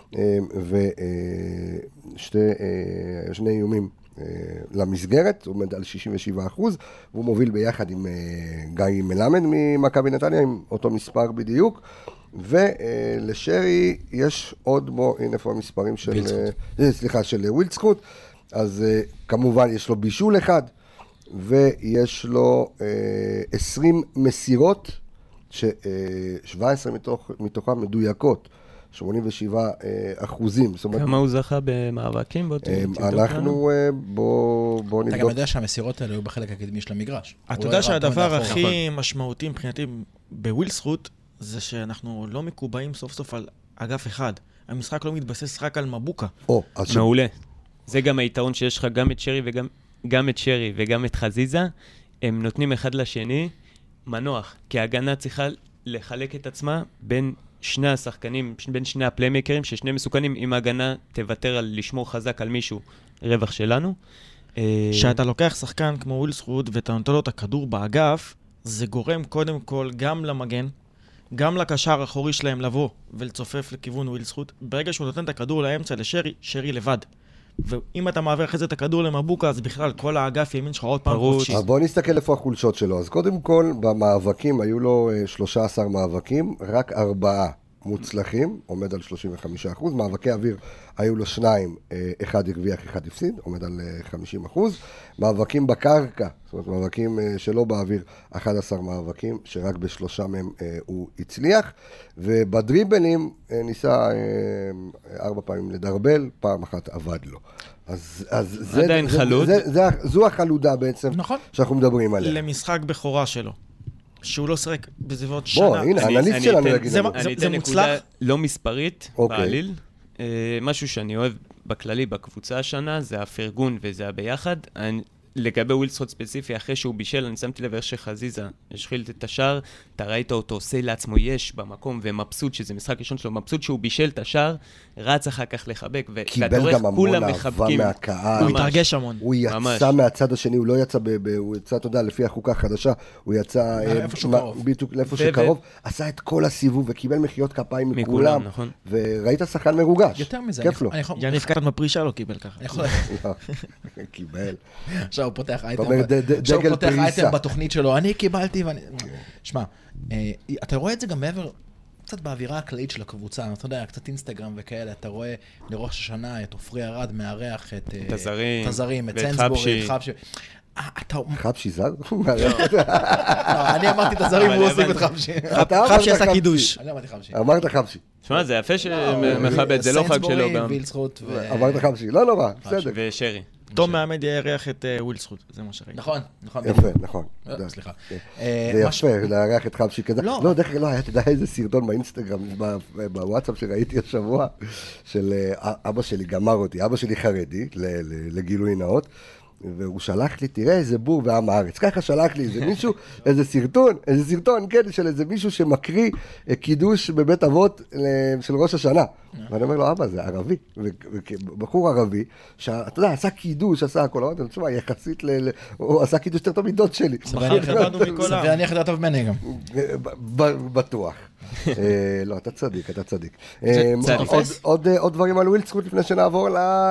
ושני איומים למסגרת, הוא עומד על 67%, והוא מוביל ביחד עם גיא מלמד ממכבי נתניה, עם אותו מספר בדיוק, ולשרי יש עוד הנה איפה המספרים של ווילדסחוט, אז כמובן יש לו בישול אחד, ויש לו 20 מסירות, ש17 מתוכם מדויקות, 87%. כמה הוא זכה במאבקים? אנחנו, בוא נבדוק. אתה גם יודע שהמסירות האלה היו בחלק הקדמי של המגרש. אתה יודע שהדבר הכי משמעותי מבחינתי בווילדסחוט, זה שאנחנו לא מקובעים סוף סוף על אגף אחד. המשחק לא מתבסס רק על מבוקה. מעולה. זה גם היתרון שיש לך גם את שרי וגם את חזיזה. הם נותנים אחד לשני מנוח, כי ההגנה צריכה לחלק את עצמה בין שני השחקנים, בין שני הפליימקרים, ששני מסוכנים, אם ההגנה תוותר על לשמור חזק על מישהו, רווח שלנו. שאתה לוקח שחקן כמו ווילדסחוט ואתה נותן לו את הכדור באגף, זה גורם קודם כל גם למגן, גם לקשר האחורי שלהם לבוא ולצופף לכיוון ווילדסחוט. ברגע שהוא נותן את הכדור לאמצע לשרי, שרי לבד. ואם אתה מעביר אחרי זה את הכדור למבוקה, אז בכלל כל האגף ימין שלך עוד פעם חופשי. אז בוא נסתכל איפה החולשות שלו. אז קודם כל, במאבקים, היו לו 13 מאבקים, רק 4 מוצלחים, עומד על 35%. מאבקי אוויר היו לו 2, 1 הרוויח, 1 הפסיד, עומד על 50%. מאבקים בקרקע, זאת אומרת, מאבקים שלא באוויר, 11 מאבקים, שרק ב3 מהם הוא הצליח. ובדריבלים ניסה 4 פעמים לדרבל, פעם אחת עבד לו. אז עדיין חלוד. זו החלודה בעצם, נכון. שאנחנו מדברים עליה. למשחק בכורה שלו. שהוא לא שרק בסביבות שנה. בוא, הנה, האנליסט שלנו יגיד לנו. אני אתן נקודה לא מספרית בעליל. משהו שאני אוהב בכללי בקבוצה השנה, זה הפרגון וזה הביחד. לגבי ווילדסחוט ספציפי, אחרי שהוא בישל, אני שמתי לב איך שחזיזה השחיל את השער, אתה ראית אותו עושה לעצמו יש במקום, ומבסוט, שזה משחק ראשון שלו, מבסוט שהוא בישל את השער, רץ אחר כך לחבק, קיבל גם המון אהבה מהקהל. הוא התרגש המון. הוא יצא מהצד השני, הוא לא יצא, הוא יצא, אתה יודע, לפי החוקה החדשה, הוא יצא לאיפה שקרוב, עשה את כל הסיבוב, וקיבל מחיאות כפיים מכולם, וראית שחקן מרוגש. יותר מזה, כיף לו. יניב קטן בפרישה לא קיבל ככה. קיבל. עכשיו הוא פותח אייטם בתוכנית שלו, אני קיבלתי ואני... שמע, אתה רואה את זה גם מעבר, קצת באווירה הכללית של הקבוצה, אתה יודע, קצת אינסטגרם וכאלה, אתה רואה לראש השנה את עופרי ארד מארח את תזרים, את סנסבורי, את חבשי. חבשי זר? אני אמרתי תזרים, הוא הוסיף את חבשי. חבשי עשה קידוש. אני אמרתי חבשי. אמרת חבשי. שמע, זה יפה שמכבד, זה לא חג שלו גם. אמרת חבשי, לא נורא, בסדר. ושרי. תום מעמד יארח את ווילדסחוט, זה מה שראיתי. נכון. יפה, נכון. סליחה. זה יפה, לארח את חבשי כזה. לא, דרך כלל לא היה, אתה יודע איזה סרטון באינסטגרם, בוואטסאפ שראיתי השבוע, של אבא שלי גמר אותי, אבא שלי חרדי, לגילוי נאות, והוא שלח לי, תראה איזה בור ועם הארץ. ככה שלח לי איזה מישהו, איזה סרטון, כן, של איזה מישהו שמקריא קידוש בבית אבות של ראש השנה. ואני אומר לו, אבא, זה ערבי. בחור ערבי, שאתה יודע, עשה קידוש, עשה הכל, אמרתי לו, תשמע, יחסית הוא עשה קידוש יותר טוב מדוד שלי. סביר אני יחד טוב ממני גם. בטוח. לא, אתה צדיק. עוד דברים על ווילדסחוט לפני שנעבור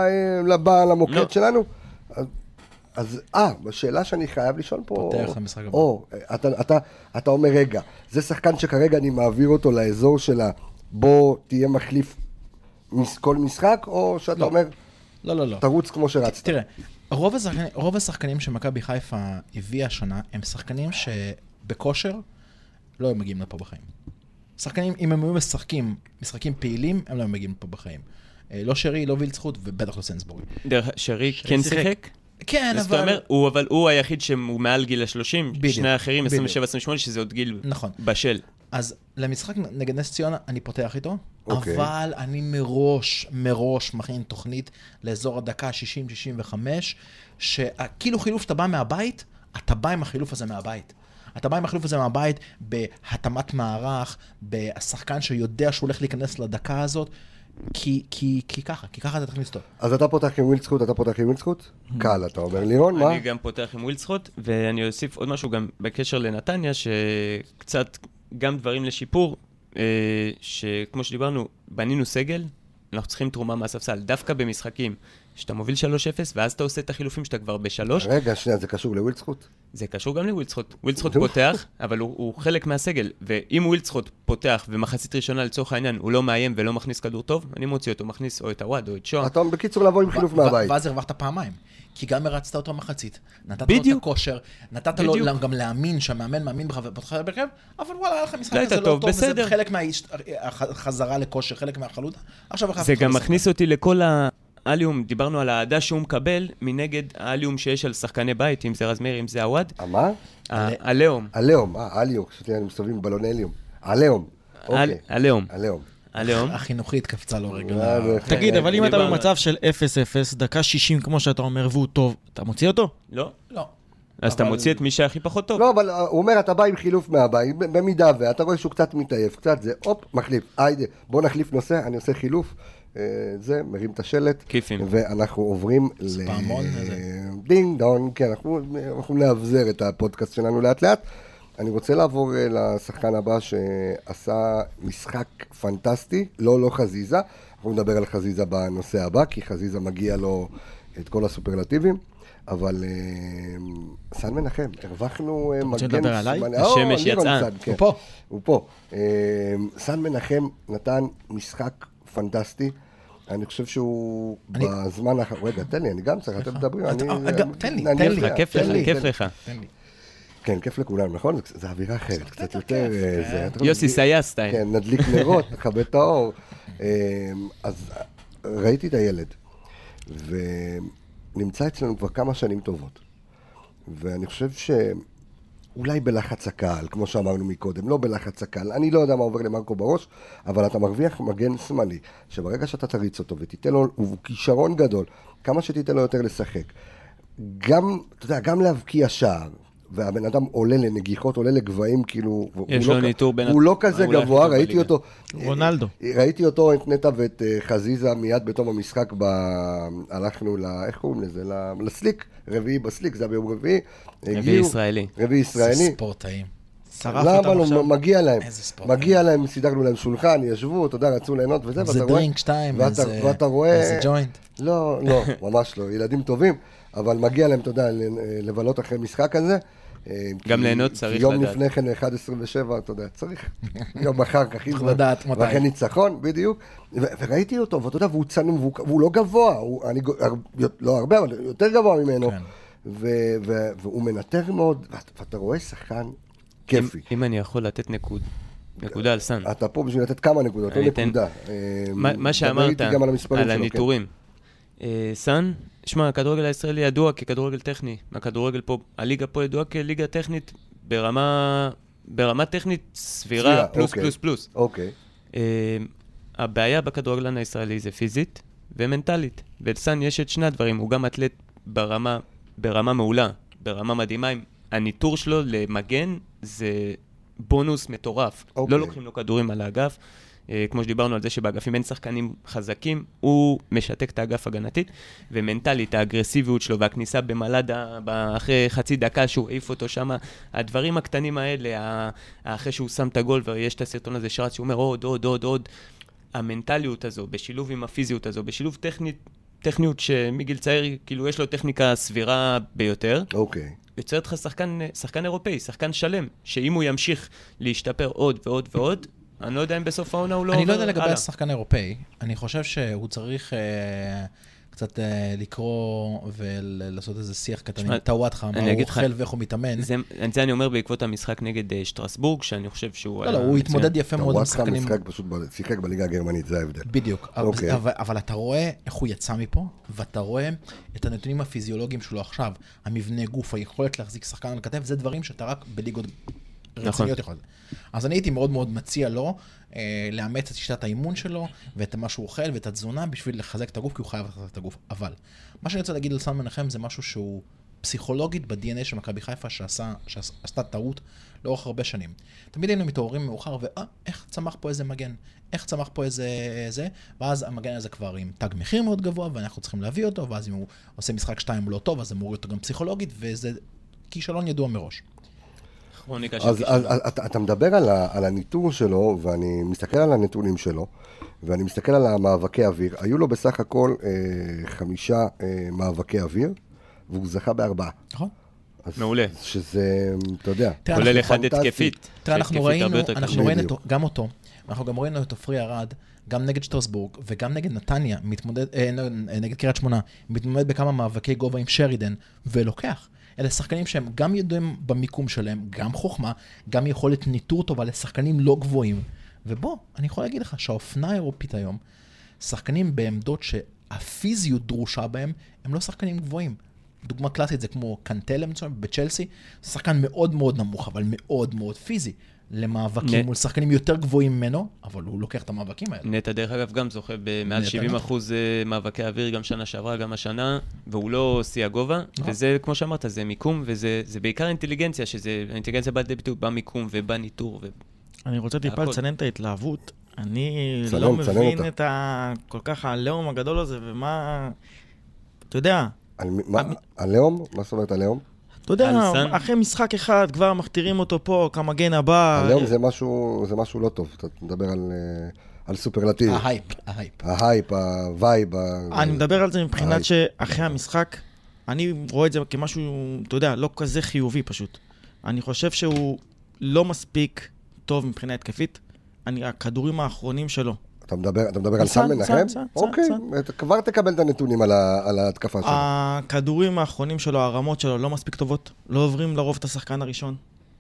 למוקד שלנו? אז, בשאלה שאני חייב לשאול פה, פותח למשחק הבא. אתה אומר, רגע, זה שחקן שכרגע אני מעביר אותו לאזור שלה, בוא תהיה מחליף כל משחק, או שאתה אומר, לא. תרוץ כמו שרצת? תראה, רוב השחקנים שמכבי חיפה הביאה השנה, הם שחקנים שבכושר לא הם מגיעים לפה בחיים. שחקנים, אם הם היו משחקים פעילים, הם לא מגיעים לפה בחיים. לא שרי, לא ווילדסחוט, ובטח לא סנסבורי. שרי כן שיחק? כן, אבל הוא היחיד שהוא מעל גיל ה-30, שני האחרים, 27-28, שזה עוד גיל בשל. אז למשחק נגד נס ציונה אני פותח איתו, אבל אני מראש מכין תוכנית לאזור הדקה 60-65, שכאילו חילוף שאתה בא מהבית, אתה בא עם החילוף הזה מהבית. אתה בא עם החילוף הזה מהבית בהתאמת מערך, בשחקן שיודע שהוא הולך להיכנס לדקה הזאת, כי ככה אתה תכניס אותו. אז אתה פותח עם ווילדסקוט, קל, אתה אומר לירון, מה? אני גם פותח עם ווילדסקוט, ואני אוסיף עוד משהו גם בקשר לנתניה, שקצת גם דברים לשיפור, שכמו שדיברנו, בנינו סגל, אנחנו צריכים תרומה מהספסל, דווקא במשחקים, שאתה מוביל 3-0, ואז אתה עושה את החילופים שאתה כבר ב-3. רגע, שנייה, זה קשור לווילדסקוט? זה קשור גם לווילדסקוט. ווילדסקוט פותח, אבל הוא חלק מהסגל, ואם ווילדסקוט פותח ומחצית ראשונה לצורך העניין, הוא לא מאיים ולא מכניס כדור טוב, אני מוציא אותו, מכניס או את הוואד או את שואה. אתה בקיצור לבוא עם חילוף מהבית. ואז הרווחת פעמיים. כי גם הרצת אותו מחצית, נתת לו את הכושר, נתת לו גם להאמין שהמאמן מאמין בך ופותח ברכב, אבל וואלה, היה לך משחק הזה לא טוב, וזה חלק מהחזרה לכושר, חלק מהחלודה. זה גם מכניס אותי לכל האליום, דיברנו על העדה שהוא מקבל מנגד האליום שיש על שחקני בית, אם זה רזמיר, אם זה הוואד. מה? הלאום. אליום, חשבתי אני מסתובבים בלוני אליום. הלאום. הלאום. החינוכית קפצה לו רגע. תגיד, אבל אם אתה במצב של 0-0, דקה 60, כמו שאתה אומר, והוא טוב, אתה מוציא אותו? לא. אז אתה מוציא את מי שהכי פחות טוב. לא, אבל הוא אומר, אתה בא עם חילוף מהבית, במידה ואתה רואה שהוא קצת מתעייף, קצת זה, הופ, מחליף. היידה, בוא נחליף נושא, אני עושה חילוף. זה, מרים את השלט. כיפים. ואנחנו עוברים דינג דון, כן, אנחנו נאבזר את הפודקאסט שלנו לאט לאט. אני רוצה לעבור לשחקן הבא שעשה משחק פנטסטי, לא חזיזה. אנחנו נדבר על חזיזה בנושא הבא, כי חזיזה מגיע לו את כל הסופרלטיבים. אבל סן מנחם, הרווחנו מגן... רוצה לדבר עליי? השמש יצאה. הוא פה. סן מנחם נתן משחק פנטסטי. אני חושב שהוא בזמן האחרון... רגע, תן לי, אני גם צריך, אתם מדברים. תן לי. כיף לך. כן, כיף לכולם, נכון? זה אווירה אחרת, קצת יותר... יוסי סייסטיין. כן, נדליק נרות, נכבה את האור. אז ראיתי את הילד, ונמצא אצלנו כבר כמה שנים טובות. ואני חושב שאולי בלחץ הקהל, כמו שאמרנו מקודם, לא בלחץ הקהל, אני לא יודע מה עובר למרקו בראש, אבל אתה מרוויח מגן שמאלי, שברגע שאתה תריץ אותו ותיתן לו, הוא כישרון גדול, כמה שתיתן לו יותר לשחק. גם, אתה יודע, גם להבקיע שער, והבן אדם עולה לנגיחות, עולה לגבהים, כאילו... יש לו ניטור בין... הוא לא כזה גבוה, ראיתי אותו... רונלדו. ראיתי אותו, את נטע ואת חזיזה, מיד בתום המשחק, הלכנו איך קוראים לזה? לסליק, רביעי בסליק, זה ביום רביעי. רביעי ישראלי. רביעי ישראלי. זה ספורטאים. למה לא? מגיע להם. מגיע להם, סידרנו להם שולחן, ישבו, אתה יודע, רצו ליהנות וזה, זה דרינק 2, איזה ג'וינט. לא, ממש לא, ילדים טובים, אבל מגיע להם, אתה יודע, לבלות אחרי משחק הזה. גם ליהנות צריך יום לדעת. לפני כן, 1:27, אתה יודע, צריך. יום אחר כך, צריך לדעת מתי. ואחרי ניצחון, בדיוק. וראיתי אותו, ואתה יודע, והוא צנום, והוא לא גבוה, לא הרבה, אבל יותר גבוה ממנו. והוא מנטר מאוד, ואתה רואה שחקן כיפי. אם אני יכול לתת נקודה על סן. אתה פה בשביל לתת כמה נקודות, לא נקודה. מה שאמרת על הניטורים. סן, שמע, הכדורגל הישראלי ידוע ככדורגל טכני. הכדורגל פה, הליגה פה ידועה כליגה טכנית ברמה טכנית סבירה פלוס. אוקיי. הבעיה בכדורגלן הישראלי זה פיזית ומנטלית. ולסן יש את שני הדברים. הוא גם אתלט ברמה מעולה, ברמה מדהימה. הניטור שלו למגן זה בונוס מטורף. לא לוקחים לו כדורים על האגף. כמו שדיברנו על זה שבאגפים אין שחקנים חזקים, הוא משתק את האגף הגנתית, ומנטלית, האגרסיביות שלו והכניסה במלדה אחרי חצי דקה שהוא העיף אותו שם, הדברים הקטנים האלה, אחרי שהוא שם את הגול ויש את הסרטון הזה שרץ, שהוא אומר עוד, המנטליות הזו, בשילוב עם הפיזיות הזו, בשילוב טכניות שמגיל צעיר, כאילו יש לו טכניקה סבירה ביותר. אוקיי. יוצר לך שחקן אירופאי, שחקן שלם, שאם הוא ימשיך להשתפר עוד ועוד, אני לא יודע אם בסוף העונה הוא לא... אני לא יודע לגבי השחקן אירופאי. אני חושב שהוא צריך קצת לקרוא ולעשות איזה שיח קטן עם טוואטחה, מה הוא אוכל ואיך הוא מתאמן. זה אני אומר בעקבות המשחק נגד שטרסבורג, שאני חושב שהוא... לא, הוא התמודד יפה מאוד עם שחקנים. טוואטחה פשוט שיחק בליגה הגרמנית, זה ההבדל. בדיוק, אבל אתה רואה איך הוא יצא מפה, ואתה רואה את הנתונים הפיזיולוגיים שלו עכשיו, המבנה גוף, היכולת להחזיק שחקן על כתף, זה דברים שאתה רק בליגות רציניות יכול. אז אני הייתי מאוד מאוד מציע לו לאמץ את שיטת האימון שלו, ואת מה שהוא אוכל, ואת התזונה, בשביל לחזק את הגוף, כי הוא חייב לחזק את הגוף. אבל, מה שאני רוצה להגיד על סן מנחם, זה משהו שהוא פסיכולוגית ב-DNA של מכבי חיפה, שעשתה טעות לאורך הרבה שנים. תמיד היינו מתעוררים מאוחר, איך צמח פה איזה מגן? איך צמח פה איזה זה? ואז המגן הזה כבר עם תג מחיר מאוד גבוה, ואנחנו צריכים להביא אותו, ואז אם הוא עושה משחק 2 לא טוב, אז זה מוריד אותו גם פסיכולוגית, וזה כישלון ידוע מראש. אז אתה מדבר על הניטור שלו, ואני מסתכל על הנתונים שלו, ואני מסתכל על המאבקי אוויר. היו לו בסך הכל 5 מאבקי אוויר, והוא זכה ב4. נכון. מעולה. שזה, אתה יודע. כולל אחד התקפית. תראה, אנחנו ראינו גם אותו, אנחנו גם ראינו את עופרי ארד, גם נגד שטרסבורג, וגם נגד נתניה, נגד קריית שמונה, מתמודד בכמה מאבקי גובה עם שרידן, ולוקח. אלה שחקנים שהם גם ידועים במיקום שלהם, גם חוכמה, גם יכולת ניטור טובה לשחקנים לא גבוהים. ובוא, אני יכול להגיד לך שהאופנה האירופית היום, שחקנים בעמדות שהפיזיות דרושה בהם, הם לא שחקנים גבוהים. דוגמה קלאסית זה כמו קנטה למצוא בצ'לסי, זה שחקן מאוד מאוד נמוך, אבל מאוד מאוד פיזי. למאבקים מול שחקנים יותר גבוהים ממנו, אבל הוא לוקח את המאבקים האלה. נטע דרך אגב גם זוכה במעל 70% מאבקי אוויר, גם שנה שעברה, גם השנה, והוא לא שיא הגובה, וזה, כמו שאמרת, זה מיקום, וזה בעיקר אינטליגנציה, שזה, האינטליגנציה באה לידי ביטוי במיקום ובניטור. אני רוצה טיפה לצנן את ההתלהבות, אני לא מבין את כל כך הלאום הגדול הזה, ומה, אתה יודע. הלאום? מה זאת אומרת הלאום? אתה יודע, אחרי משחק אחד כבר מכתירים אותו פה כמגן הבא. הלאום זה משהו לא טוב, אתה מדבר על סופרלטיב. ההייפ, הווייב. אני מדבר על זה מבחינת שאחרי המשחק, אני רואה את זה כמשהו, אתה יודע, לא כזה חיובי פשוט. אני חושב שהוא לא מספיק טוב מבחינה התקפית. הכדורים האחרונים שלו. אתה מדבר על סן מנחם? אוקיי, כבר תקבל את הנתונים על ההתקפה שלו. הכדורים האחרונים שלו, הרמות שלו לא מספיק טובות, לא עוברים לרוב את השחקן הראשון.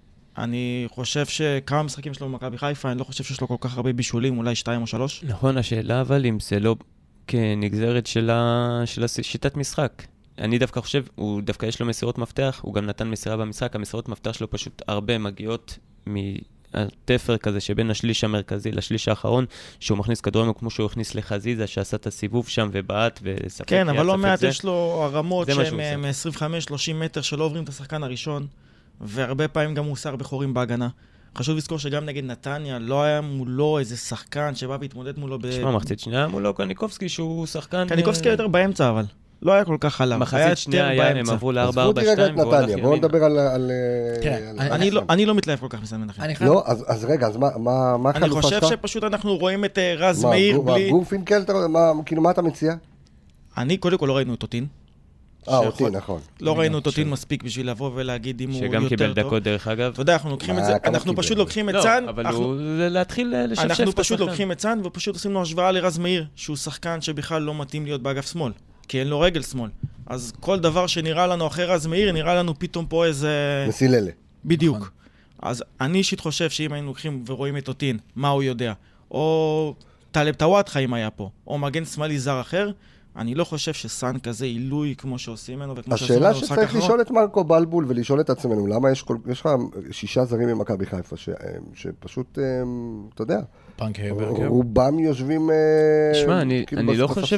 אני חושב שכמה משחקים שלו במכבי חיפה, אני לא חושב שיש לו כל כך הרבה בישולים, אולי 2 או 3. נכון, השאלה אבל אם זה לא כנגזרת של שיטת משחק. אני דווקא חושב, הוא דווקא יש לו מסירות מפתח, הוא גם נתן מסירה במשחק, המסירות מפתח שלו פשוט הרבה מגיעות התפר כזה שבין השליש המרכזי לשליש האחרון, שהוא מכניס כדורים כמו שהוא הכניס לחזיזה, שעשה את הסיבוב שם ובעט וספק. כן, אבל לא מעט יש לו הרמות שהם מ-25-30 מטר שלא עוברים את השחקן הראשון, והרבה פעמים גם הוא שר בחורים בהגנה. חשוב לזכור שגם נגד נתניה לא היה מולו איזה שחקן שבא והתמודד מולו תשמע, מחצית שנייה מולו קניקובסקי שהוא שחקן... קניקובסקי יותר באמצע אבל. לא היה כל כך חלם. מחצית שנייה היה, הם עברו ל-4-4-2 והוא הלך ימינה. בואו נדבר על... אני לא מתלהב כל כך מסן מנחם. לא, אז רגע, אז מה החלופה שלך? אני חושב שפשוט אנחנו רואים את רז מאיר בלי... גורפינקל, כאילו מה אתה מציע? אני קודם כל לא ראינו את אותין. אותין, נכון. לא ראינו את אותין מספיק בשביל לבוא ולהגיד אם הוא יותר טוב. שגם קיבל דקות דרך אגב. אתה יודע, אנחנו לוקחים את זה, אנחנו פשוט לוקחים את סן. לא, אבל הוא להתחיל לשפשף את השחקן. אנחנו פשוט לוקחים את סן ופשוט עושים לו השוואה לרז מאיר, שהוא שחקן שבכלל לא מתאים להיות באגף שמאל. כי אין לו רגל שמאל. אז כל דבר שנראה לנו אחרי רז מאיר, נראה לנו פתאום פה איזה... מסיללה. בדיוק. אז אני אישית חושב שאם היינו לוקחים ורואים את אותין, מה הוא יודע, או טלב טוואטחה אם היה פה, או מגן שמאלי זר אחר, אני לא חושב שסן כזה עילוי כמו שעושים ממנו וכמו שעושים ממנו משחק אחרון. השאלה שצריך לשאול את מרקו בלבול ולשאול את עצמנו, למה יש לך 6 זרים ממכבי חיפה שפשוט, אתה יודע, רובם יושבים... תשמע, אני לא חושב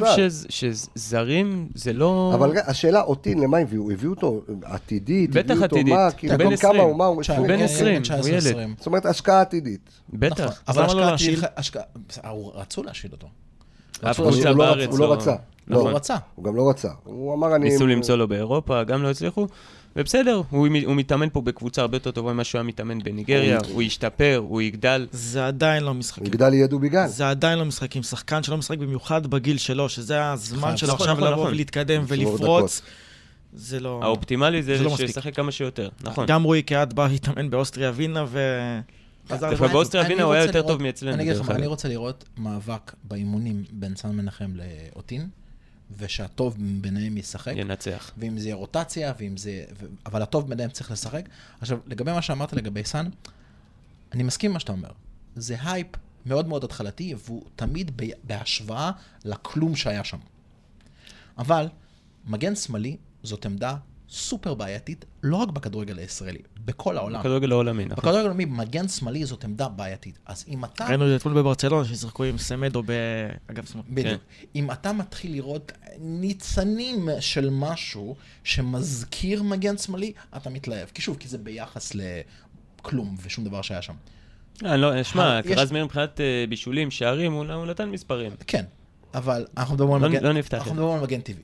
שזרים זה לא... אבל השאלה אותי, למה הביאו? הביאו אותו עתידית? בטח עתידית, בן 20. הוא בן 20, הוא ילד. זאת אומרת, השקעה עתידית. בטח. אבל רצו להשיל אותו. הוא לא רצה. לא רצה. הוא גם לא רצה. הוא אמר אני... ניסו למצוא לו באירופה, גם לא הצליחו. ובסדר, הוא מתאמן פה בקבוצה הרבה יותר טובה ממה שהוא היה מתאמן בניגריה, הוא ישתפר, הוא יגדל. זה עדיין לא משחקים. הוא יגדל ידו בגלל. זה עדיין לא משחקים. שחקן שלא משחק במיוחד בגיל שלו, שזה הזמן שלו עכשיו לבוא ולהתקדם ולפרוץ. זה לא... האופטימלי זה שישחק כמה שיותר, נכון. גם רועי קהת בא להתאמן באוסטריה וינה באוסטריה וינה הוא היה יותר טוב מאצלנו. אני רוצה לראות מאבק באימונים בין סן מנחם לאותין, ושהטוב ביניהם ישחק. ינצח. ואם זה יהיה רוטציה, אבל הטוב ביניהם צריך לשחק. עכשיו, לגבי מה שאמרת לגבי סן, אני מסכים מה שאתה אומר. זה הייפ מאוד מאוד התחלתי, והוא תמיד בהשוואה לכלום שהיה שם. אבל מגן שמאלי זאת עמדה סופר בעייתית, לא רק בכדורגל הישראלי, בכל העולם. בכדורגל העולמי, נכון. בכדורגל העולמי, מגן שמאלי זאת עמדה בעייתית. אז אם אתה... ראינו את זה אתמול בברצלונה, ששחקו עם סמד או באגף שמאל. בדיוק. אם אתה מתחיל לראות ניצנים של משהו שמזכיר מגן שמאלי, אתה מתלהב. כי שוב, כי זה ביחס לכלום ושום דבר שהיה שם. לא, שמע, רז מאיר מבחינת בישולים, שערים, הוא נתן מספרים. כן, אבל אנחנו מדברים על מגן טבעי.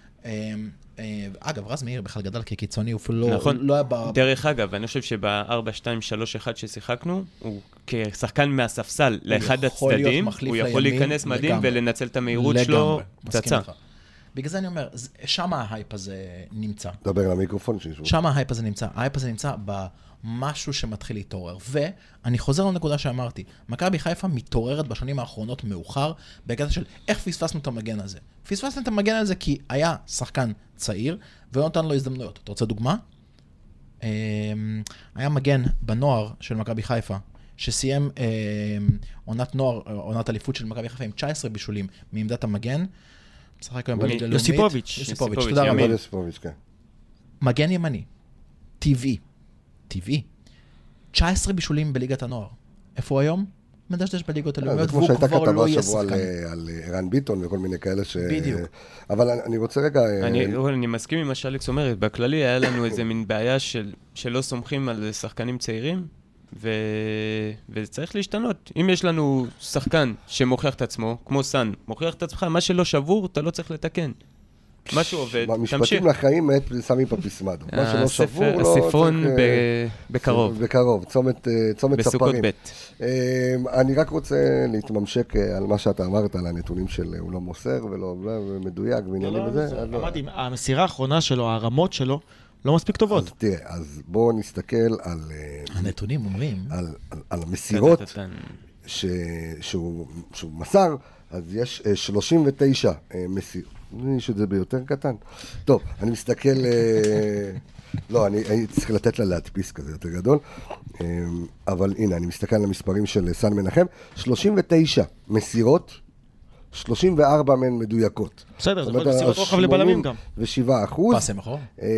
אגב, רז מאיר בכלל גדל כקיצוני, הוא אפילו לא היה... דרך אגב, אני חושב שב-4-2-3-1 ששיחקנו, הוא כשחקן מהספסל לאחד הצדדים, הוא יכול להיכנס מדהים ולנצל את המהירות שלו פצצה. בגלל זה אני אומר, שם ההייפ הזה נמצא. דבר למיקרופון שישהו. שם ההייפ הזה נמצא. ההייפ הזה נמצא במשהו שמתחיל להתעורר. ואני חוזר לנקודה שאמרתי, מכבי חיפה מתעוררת בשנים האחרונות מאוחר, בקטע של איך פספסנו את המגן הזה. פספסנו את המגן הזה כי היה שחקן צעיר, ולא נתן לו הזדמנויות. אתה רוצה דוגמה? היה מגן בנוער של מכבי חיפה, שסיים עונת נוער, עונת אליפות של מכבי חיפה עם 19 בישולים מעמדת המגן, משחק היום בליגה הלאומית. יוסיפוביץ', תודה רבה. יוסיפוביץ', כן. מגן ימני, טבעי, 19 בישולים בליגת הנוער. איפה הוא היום? מדשדש בליגות הלאומיות, והוא כבר לא יהיה שחקן. על ערן ביטון וכל מיני כאלה ש... בדיוק. אבל אני רוצה רגע... אני מסכים עם מה שאלכס אומרת. בכללי היה לנו איזה מין בעיה שלא סומכים על שחקנים צעירים, וזה צריך להשתנות. אם יש לנו שחקן שמוכיח את עצמו, כמו סן, מוכיח את עצמך, מה שלא שבור, אתה לא צריך לתקן. מה שהוא עובד, תמשיך. משפטים לחיים מת ושמים פפיסמדו. מה שלא שבור, לא צריך... הספרון בקרוב. בקרוב, צומת ספרים. בסוכות ב'. אני רק רוצה להתממשק על מה שאתה אמרת, על הנתונים של הוא לא מוסר ולא מדויק ועניינים וזה. אמרתי, המסירה האחרונה שלו, הרמות שלו, לא מספיק טובות. אז תראה, אז בואו נסתכל על... הנתונים אומרים... על המסירות שהוא מסר, אז יש 39 מסירות. יש את זה ביותר קטן. טוב, אני מסתכל... לא, אני צריך לתת לה להדפיס כזה יותר גדול. אבל הנה, אני מסתכל על המספרים של סן מנחם. 39 מסירות, 34 מהן מדויקות. בסדר, זה מסירות רוחב לבלמים גם. 87%. פסה מחור.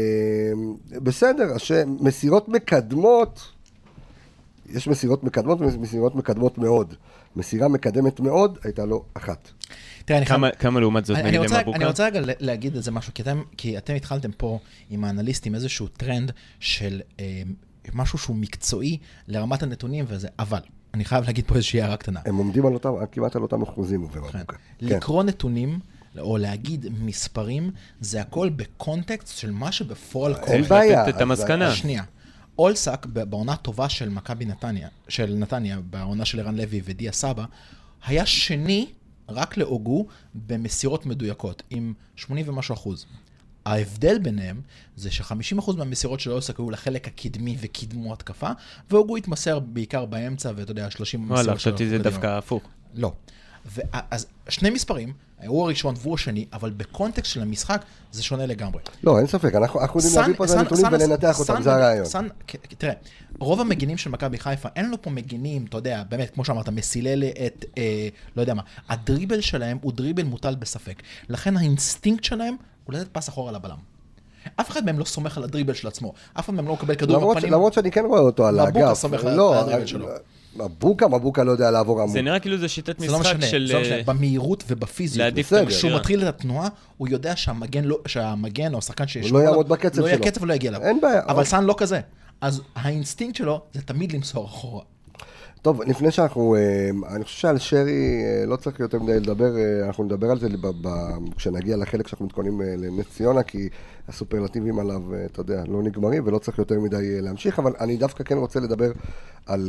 בסדר, מסירות מקדמות, יש מסירות מקדמות ומסירות מקדמות מאוד. מסירה מקדמת מאוד הייתה לו אחת. כמה לעומת זאת נגיד למבוקה? אני רוצה רגע להגיד את זה משהו, כי אתם התחלתם פה עם האנליסטים איזשהו טרנד של משהו שהוא מקצועי לרמת הנתונים וזה, אבל אני חייב להגיד פה איזושהי הערה קטנה. הם עומדים על אותם, כמעט על אותם אחוזים. לקרוא נתונים או להגיד מספרים, זה הכל בקונטקסט של מה שבפועל קורה. אין בעיה. את המסקנה. שנייה. אולסק, בעונה טובה של מכבי נתניה, בעונה של ערן לוי ודיה סבא, היה שני רק לאוגו במסירות מדויקות, עם 80 ומשהו אחוז. ההבדל ביניהם זה ש50% מהמסירות של אולסק היו לחלק הקדמי וקידמו התקפה, ואוגו התמסר בעיקר באמצע, ואתה יודע, 30 מסירות. וואלה, חשבתי זה דווקא הפוך. לא. אז שני מספרים, הוא הראשון והוא השני, אבל בקונטקסט של המשחק זה שונה לגמרי. לא, אין ספק, אנחנו יודעים להביא פה את הנתונים ולנתח אותם, זה הרעיון. תראה, רוב המגינים של מכבי חיפה, אין לנו פה מגינים, אתה יודע, באמת, כמו שאמרת, מסילל את, לא יודע מה, הדריבל שלהם הוא דריבל מוטל בספק. לכן האינסטינקט שלהם הוא לתת פס אחורה לבלם. אף אחד מהם לא סומך על הדריבל של עצמו, אף אחד מהם לא מקבל כדור בפנים. למרות שאני כן רואה אותו על האגף. מבוקה סומך על הדריבל שלו. מבוקה לא יודע לעבור עמוק. זה נראה כאילו זה שיטת משחק של... זה לא משנה, במהירות ובפיזיות. כשהוא מתחיל את התנועה, הוא יודע שהמגן או השחקן שיש לו, לא יעמוד בקצב שלו. לא יהיה קצב ולא יגיע אליו. אין בעיה. אבל סן לא כזה. אז האינסטינקט שלו זה תמיד למסור אחורה. טוב, לפני שאנחנו, אני חושב שעל שרי לא צריך יותר מדי לדבר, אנחנו נדבר על זה כשנגיע לחלק שאנחנו מתכוננים לנס ציונה, כי הסופרלטיבים עליו, אתה יודע, לא נגמרים ולא צריך יותר מדי להמשיך, אבל אני דווקא כן רוצה לדבר על,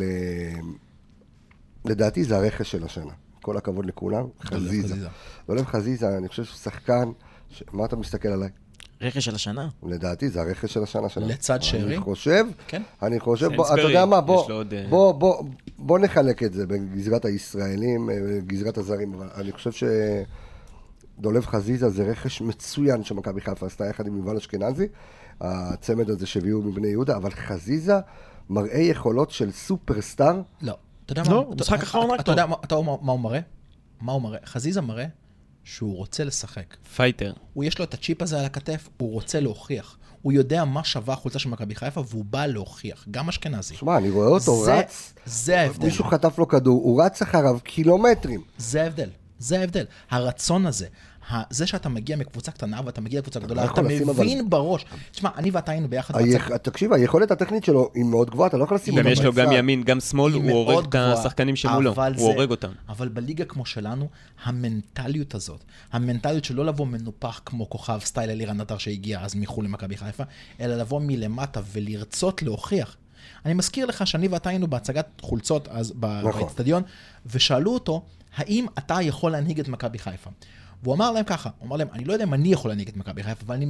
לדעתי זה הרכש של השנה. כל הכבוד לכולם, חזיזה. דולב חזיזה, אני חושב ששחקן, מה אתה מסתכל עליי? רכש של השנה? לדעתי, זה הרכש של השנה שלנו. לצד שרי? אני חושב, אתה יודע מה, בוא נחלק את זה בגזרת הישראלים, בגזרת הזרים, אבל אני חושב דולב חזיזה זה רכש מצוין שמכבי חיפה עשתה יחד עם יובל אשכנזי, הצמד הזה שהביאו מבני יהודה, אבל חזיזה מראה יכולות של סופרסטאר. לא, אתה יודע מה? לא, משחק אחרון רק טוב. אתה יודע מה הוא מראה? מה הוא מראה? חזיזה מראה שהוא רוצה לשחק. פייטר. הוא יש לו את הצ'יפ הזה על הכתף, הוא רוצה להוכיח. הוא יודע מה שווה החולצה של מכבי חיפה, והוא בא להוכיח. גם אשכנזי. שמע, אני רואה אותו רץ. זה ההבדל. מישהו חטף לו כדור, הוא רץ אחריו קילומטרים. זה ההבדל. זה ההבדל. הרצון הזה. זה שאתה מגיע מקבוצה קטנה ואתה מגיע לקבוצה גדולה, אתה מבין בראש. תשמע, אני ואתה היינו ביחד תקשיב, היכולת הטכנית שלו היא מאוד גבוהה, אתה לא יכול לשים גם יש לו גם ימין, גם שמאל, הוא הורג את השחקנים שמולו, הוא הורג אותם. אבל בליגה כמו שלנו, המנטליות הזאת, המנטליות שלא לבוא מנופח כמו כוכב סטייל אלירן עטר שהגיע אז מחו"ל למכבי חיפה, אלא לבוא מלמטה ולרצות להוכיח. אני מזכיר לך שאני ואתה היינו בהצגת חולצות אז באצטדיון, ושאלו אותו, האם אתה יכול להנהיג את מכבי חיפה? והוא אמר להם ככה, הוא אמר להם, אני לא יודע אם אני יכול להנהיג את מכבי חיפה, אבל אני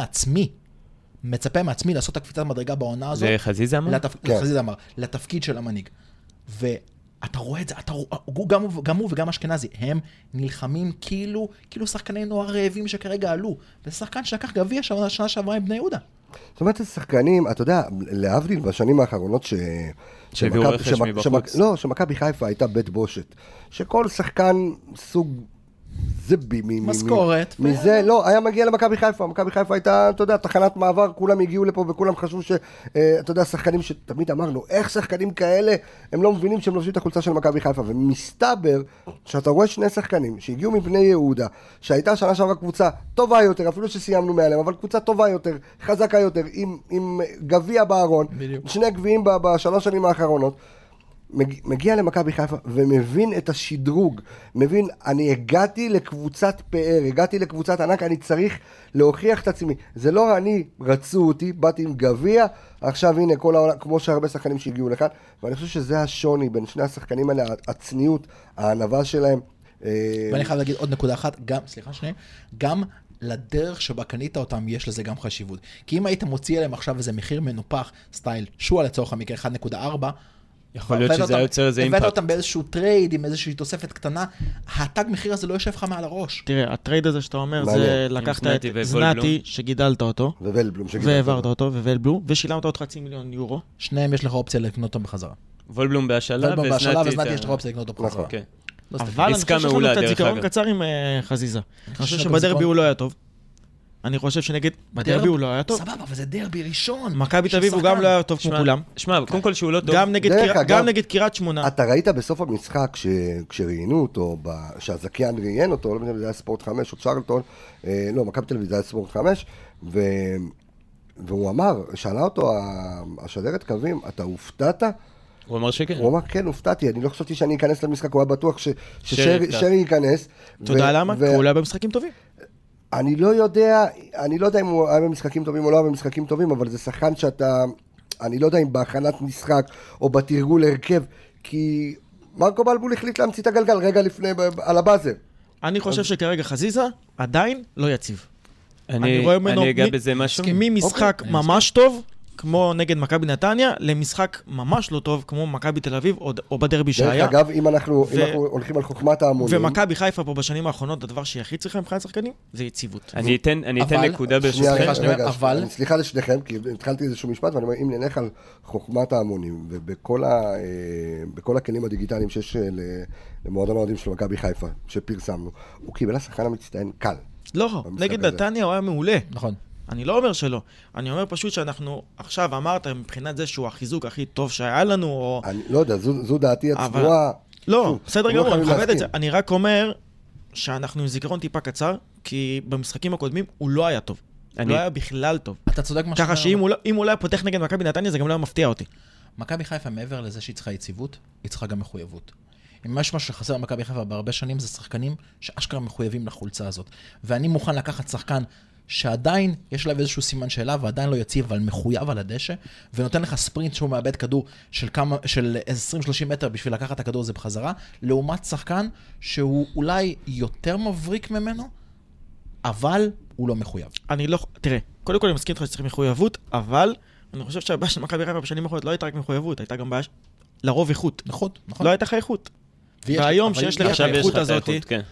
מצפה מעצמי לעשות את הקפיצת מדרגה בעונה הזאת. זה חזיזה אמר? חזיזה אמר, לתפקיד של המנהיג. ואתה רואה את זה, גם הוא וגם אשכנזי, הם נלחמים כאילו שחקני נוער רעבים שכרגע עלו, ושחקן שלקח גביע שנה שעברה עם בני יהודה. זאת אומרת, השחקנים, אתה יודע, להבדיל בשנים האחרונות שהביאו רכש מבחוץ. לא, שמכבי חיפה הייתה בית בושת. שכל שחקן סוג זבי משכורת. מזה, לא, היה מגיע למכבי חיפה. מכבי חיפה הייתה, אתה יודע, תחנת מעבר, כולם הגיעו לפה וכולם חשבו אתה יודע, שחקנים שתמיד אמרנו, איך שחקנים כאלה, הם לא מבינים שהם לובשים את החולצה של מכבי חיפה. ומסתבר שאתה רואה שני שחקנים שהגיעו מבני יהודה, שהייתה שנה שעברה קבוצה טובה יותר, אפילו שסיימנו מעליהם, אבל קבוצה טובה יותר, חזקה יותר, עם גביע בארון, שני גביעים בשלוש שנים האחרונות. מגיע למכבי חיפה ומבין את השדרוג, מבין, אני הגעתי לקבוצת פאר, הגעתי לקבוצת ענק, אני צריך להוכיח את עצמי. זה לא אני, רצו אותי, באתי עם גביע, עכשיו הנה כל העולם, כמו שהרבה שחקנים שהגיעו לכאן, ואני חושב שזה השוני בין שני השחקנים האלה, הצניעות, הענווה שלהם. ואני חייב להגיד עוד נקודה אחת, גם לדרך שבה קנית אותם יש לזה גם חשיבות. כי אם היית מוציא עליהם עכשיו איזה מחיר מנופח, סטייל שואה לצורך המקרה 1.4, יכול להיות שזה יוצר איזה אימפקט. הבאת אותם באיזשהו טרייד עם איזושהי תוספת קטנה, התג מחיר הזה לא יושב לך מעל הראש. תראה, הטרייד הזה שאתה אומר, זה לקחת את זנתי שגידלת אותו, והעברת אותו, ווולבלום, ושילמת עוד 500,000 יורו. שניהם יש לך אופציה לקנות אותם בחזרה. וולבלום בהשאלה, וזנתי יש לך אופציה לקנות אותו בחזרה. אבל אני חושב שיש לנו קצת זיכרון קצר עם חזיזה. אני חושב שבדרבי הוא לא היה טוב. אני חושב שנגד דרבי הוא לא היה טוב. סבבה, אבל זה דרבי ראשון. מכבי תל אביב הוא גם לא היה טוב כמו כולם. שמע, קודם כל שהוא לא טוב. גם נגד קריית שמונה. אתה ראית בסוף המשחק כשראיינו אותו, שהזקיין ראיין אותו, לא יודע אם זה היה ספורט 5 או צ'רלטון, לא, מכבי תל אביב זה היה ספורט 5, והוא אמר, שאלה אותו השדרת קווים, אתה הופתעת? הוא אמר שכן. הוא אמר, כן, הופתעתי, אני לא חשבתי שאני אכנס למשחק, הוא היה בטוח ששרי ייכנס. אתה יודע למה? כי הוא היה במשחקים טובים. אני לא יודע אם הוא היה במשחקים טובים או לא היה במשחקים טובים, אבל זה שחקן אני לא יודע אם בהכנת משחק או בתרגול הרכב, כי מרקו בלבול החליט להמציא את הגלגל רגע לפני על הבאזר. אני חושב שכרגע חזיזה עדיין לא יציב. אני אגע בזה משהו. ממשחק ממש טוב, כמו נגד מכבי נתניה, למשחק ממש לא טוב, כמו מכבי תל אביב, או בדרבי שהיה. דרך אגב, אם אנחנו הולכים על חוכמת ההמונים. ומכבי חיפה פה בשנים האחרונות, הדבר שהכי צריכה מבחינת שחקנים, זה יציבות. אני אתן נקודה ברשותכם. סליחה לשניכם, כי התחלתי איזשהו משפט, ואני אומר, אם נלך על חוכמת ההמונים, ובכל הכלים הדיגיטליים שיש למועדון האוהדים של מכבי חיפה, שפרסמנו, הוא קיבל השחקן המצטיין קל. לא, נגד נתניה הוא היה מעולה. נכון. אני לא אומר שלא. אני אומר פשוט שאנחנו, עכשיו אמרת, מבחינת זה שהוא החיזוק הכי טוב שהיה לנו, או... אני לא יודע, זו דעתי הצבועה. לא, בסדר גמור, אני מכבד את זה. אני רק אומר שאנחנו עם זיכרון טיפה קצר, כי במשחקים הקודמים הוא לא היה טוב. הוא לא היה בכלל טוב. אתה צודק מה שאתה אומר. ככה שאם הוא לא היה פותח נגד מכבי נתניה, זה גם לא היה מפתיע אותי. מכבי חיפה, מעבר לזה שהיא צריכה יציבות, היא צריכה גם מחויבות. אם יש משהו שחסר במכבי חיפה בהרבה שנים, זה שחקנים שאשכרה מחויבים לחולצה הזאת. ואני מוכן לקחת שחקן שעדיין יש לה איזשהו סימן שאלה, ועדיין לא יציב, אבל מחויב על הדשא, ונותן לך ספרינט שהוא מאבד כדור של 20-30 מטר בשביל לקחת את הכדור הזה בחזרה, לעומת שחקן שהוא אולי יותר מבריק ממנו, אבל הוא לא מחויב. אני לא, תראה, קודם כל אני מסכים לך שצריך מחויבות, אבל אני חושב שהבעיה של מכבי חיפה בשנים האחרונות לא הייתה רק מחויבות, הייתה גם בעיה לרוב איכות. נכון. לא הייתה לך איכות. והיום שיש לך את האיכות הזאת,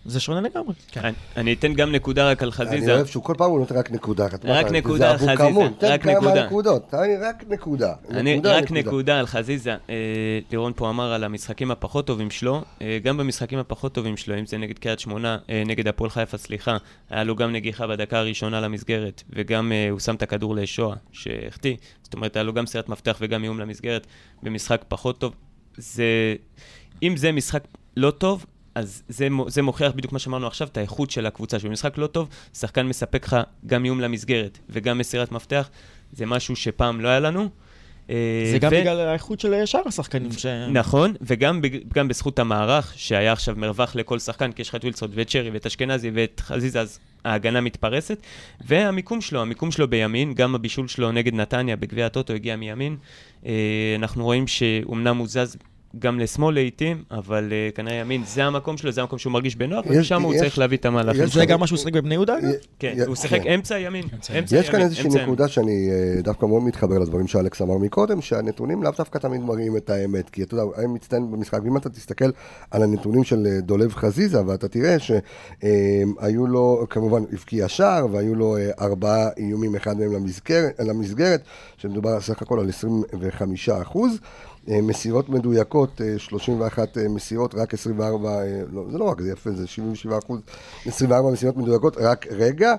זה שונה לגמרי. אני אתן גם נקודה רק על חזיזה. אני אוהב שהוא כל פעם הוא נותן רק נקודה. רק נקודה על חזיזה. רק נקודה. רק נקודה על חזיזה. לירון פה אמר על המשחקים הפחות טובים שלו, גם במשחקים הפחות טובים שלו, אם זה נגד קריית שמונה, נגד הפועל חיפה, סליחה, היה לו גם נגיחה בדקה הראשונה למסגרת, וגם הוא שם את הכדור לישוע, שהחטיא. זאת אומרת, היה לו גם סרט מפתח וגם איום למסגרת, במשחק פחות טוב. אם זה משחק לא טוב, אז זה מוכיח בדיוק מה שאמרנו עכשיו, את האיכות של הקבוצה. שבמשחק לא טוב, שחקן מספק לך גם איום למסגרת, וגם מסירת מפתח. זה משהו שפעם לא היה לנו. זה גם בגלל האיכות של שאר השחקנים. נכון, וגם בזכות המערך, שהיה עכשיו מרווח לכל שחקן, כי יש לך את וילצוט ואת שרי ואת אשכנזי ואת חזיזה, אז ההגנה מתפרסת. והמיקום שלו בימין, גם הבישול שלו נגד נתניה, בגביע הטוטו הגיע מימין. אנחנו רואים שאומנם הוא זז גם לשמאל לעיתים, אבל כנראה ימין, זה המקום שלו, זה המקום שהוא מרגיש בנוח, ומשם הוא צריך להביא את המהלכים. זה גם מה שהוא שחק בבני יהודה? כן, הוא שחק אמצע ימין. יש כאן איזושהי נקודה שאני דווקא מאוד מתחבר לדברים שאלכס אמר מקודם, שהנתונים לאו דווקא תמיד מראים את האמת, כי אתה יודע, הם מצטיין במשחק, ואם אתה תסתכל על הנתונים של דולב חזיזה, ואתה תראה שהיו לו, כמובן, הבקיע שער, והיו לו 4 איומים, אחד מהם למסגרת, שמדובר סך הכל על 25%. מסירות מדויקות, 31 מסירות, רק 24, לא, זה לא רק, זה יפה, זה 77%, 24 מסירות מדויקות, רק רגע,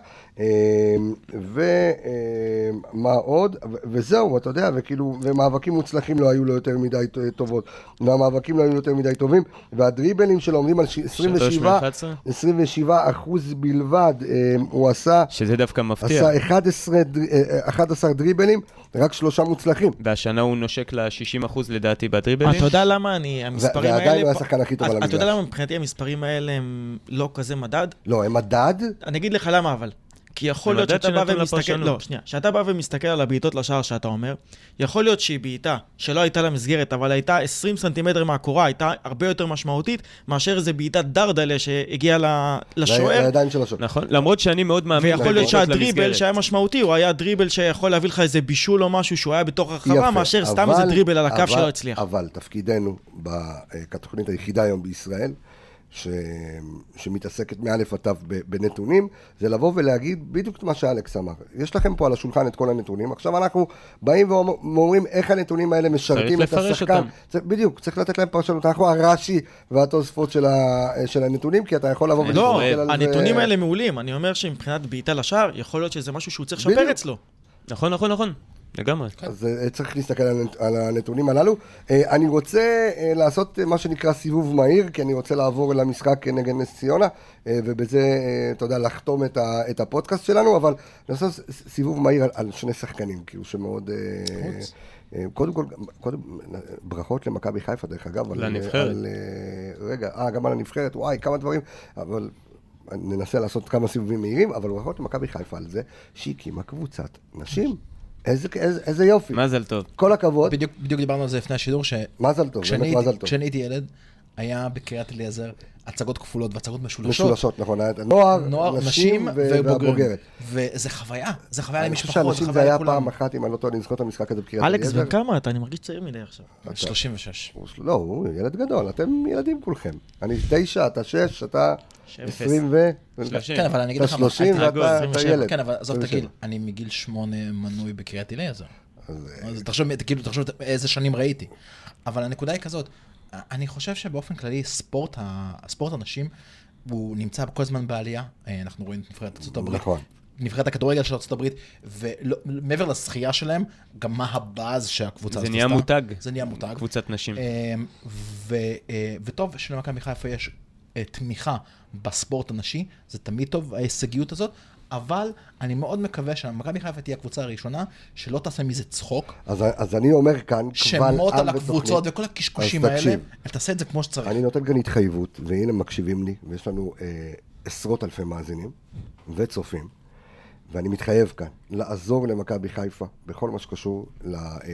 ומה עוד, וזהו, אתה יודע, וכאילו, ומאבקים מוצלחים לא היו לו יותר מדי טובות, והמאבקים לא היו יותר מדי טובים, והדריבלים שלו עומדים על 27% בלבד, הוא עשה, שזה דווקא מפתיע, עשה 11 דריבלים, רק 3 מוצלחים. והשנה הוא נושק ל-60% לדעתי בדריבלים. אתה יודע למה המספרים האלה... ועדיין הוא השחקן הכי טוב על המגרש. אתה יודע למה מבחינתי המספרים האלה הם לא כזה מדד? לא, הם מדד? אני אגיד לך למה אבל. כי יכול להיות שאתה בא ומסתכל... לא, שנייה. שאתה בא ומסתכל על הבעיטות לשער שאתה אומר, יכול להיות שהיא בעיטה שלא הייתה למסגרת, אבל הייתה 20 סנטימטר מהקורה, הייתה הרבה יותר משמעותית, מאשר איזה בעיטת דרדלה שהגיעה לשוער. לידיים של השוער. נכון, למרות שאני מאוד מאמין... ויכול להיות שהדריבל שהיה משמעותי, הוא היה דריבל שיכול להביא לך איזה בישול או משהו שהוא היה בתוך הרחבה, מאשר סתם איזה דריבל על הקו שלא הצליח. אבל תפקידנו, כתוכנית היחידה היום בישראל, שמתעסקת מאלף עד תו בנתונים, זה לבוא ולהגיד בדיוק מה שאלכס אמר. יש לכם פה על השולחן את כל הנתונים, עכשיו אנחנו באים ואומרים איך הנתונים האלה משרתים את השחקן. בדיוק, צריך לתת להם פרשנות. אנחנו הרש"י והתוספות של הנתונים, כי אתה יכול לבוא ולהסתכל על זה. הנתונים האלה מעולים. אני אומר שמבחינת בעיטה לשער, יכול להיות שזה משהו שהוא צריך לשפר אצלו. נכון. לגמרי. אז צריך להסתכל על הנתונים הללו. אני רוצה לעשות מה שנקרא סיבוב מהיר, כי אני רוצה לעבור למשחק נגד נס ציונה, ובזה, אתה יודע, לחתום את הפודקאסט שלנו, אבל נעשה סיבוב מהיר על 2 שחקנים, כאילו שמאוד... קודם כל, ברכות למכבי חיפה, דרך אגב. לנבחרת. רגע, גם על הנבחרת, וואי, כמה דברים, אבל... ננסה לעשות כמה סיבובים מהירים, אבל ברכות למכבי חיפה על זה, שהקימה קבוצת נשים. איזה יופי. מזל טוב. כל הכבוד. בדיוק דיברנו על זה לפני השידור, מזל טוב, באמת מזל טוב. כשאני הייתי ילד, היה בקריית אליעזר הצגות כפולות והצגות משולשות. משולשות, נכון. נוער, נשים ובוגרים. וזה חוויה, זה חוויה למשפחות. אני חושב שהנשים זה היה פעם אחת, אם אני לא טועה, לזכות את המשחק הזה בקריית אליעזר. אלכס, בן כמה אתה? אני מרגיש צעיר מדי עכשיו. 36. לא, הוא ילד גדול, אתם ילדים כולכם. אני 9, אתה 6, אתה 20 כן, אבל אני אגיד לך... אתה 30 ואתה ילד. כן, אבל עזוב תגיד, אני מגיל 8 מנוי בקריית אליעזר. אז תחשוב איזה שנים ראיתי. אבל הנקודה היא כזאת, אני חושב שבאופן כללי ספורט הנשים הוא נמצא כל הזמן בעלייה. אנחנו רואים את נבחרת ארצות הברית. נכון. נבחרת הכדורגל של ארצות הברית, ומעבר לשחייה שלהם, גם מה הבאז שהקבוצה זה נהיה מותג. זה נהיה מותג. קבוצת נשים. וטוב שלמכבי חיפה יש תמיכה בספורט הנשי, זה תמיד טוב, ההישגיות הזאת, אבל אני מאוד מקווה שמכבי חיפה תהיה הקבוצה הראשונה, שלא תעשה מזה צחוק. אז אני אומר כאן, שמות על הקבוצות וכל הקשקושים האלה, תעשה את זה כמו שצריך. אני נותן כאן התחייבות, והנה מקשיבים לי, ויש לנו עשרות אלפי מאזינים וצופים, ואני מתחייב כאן לעזור למכבי חיפה בכל מה שקשור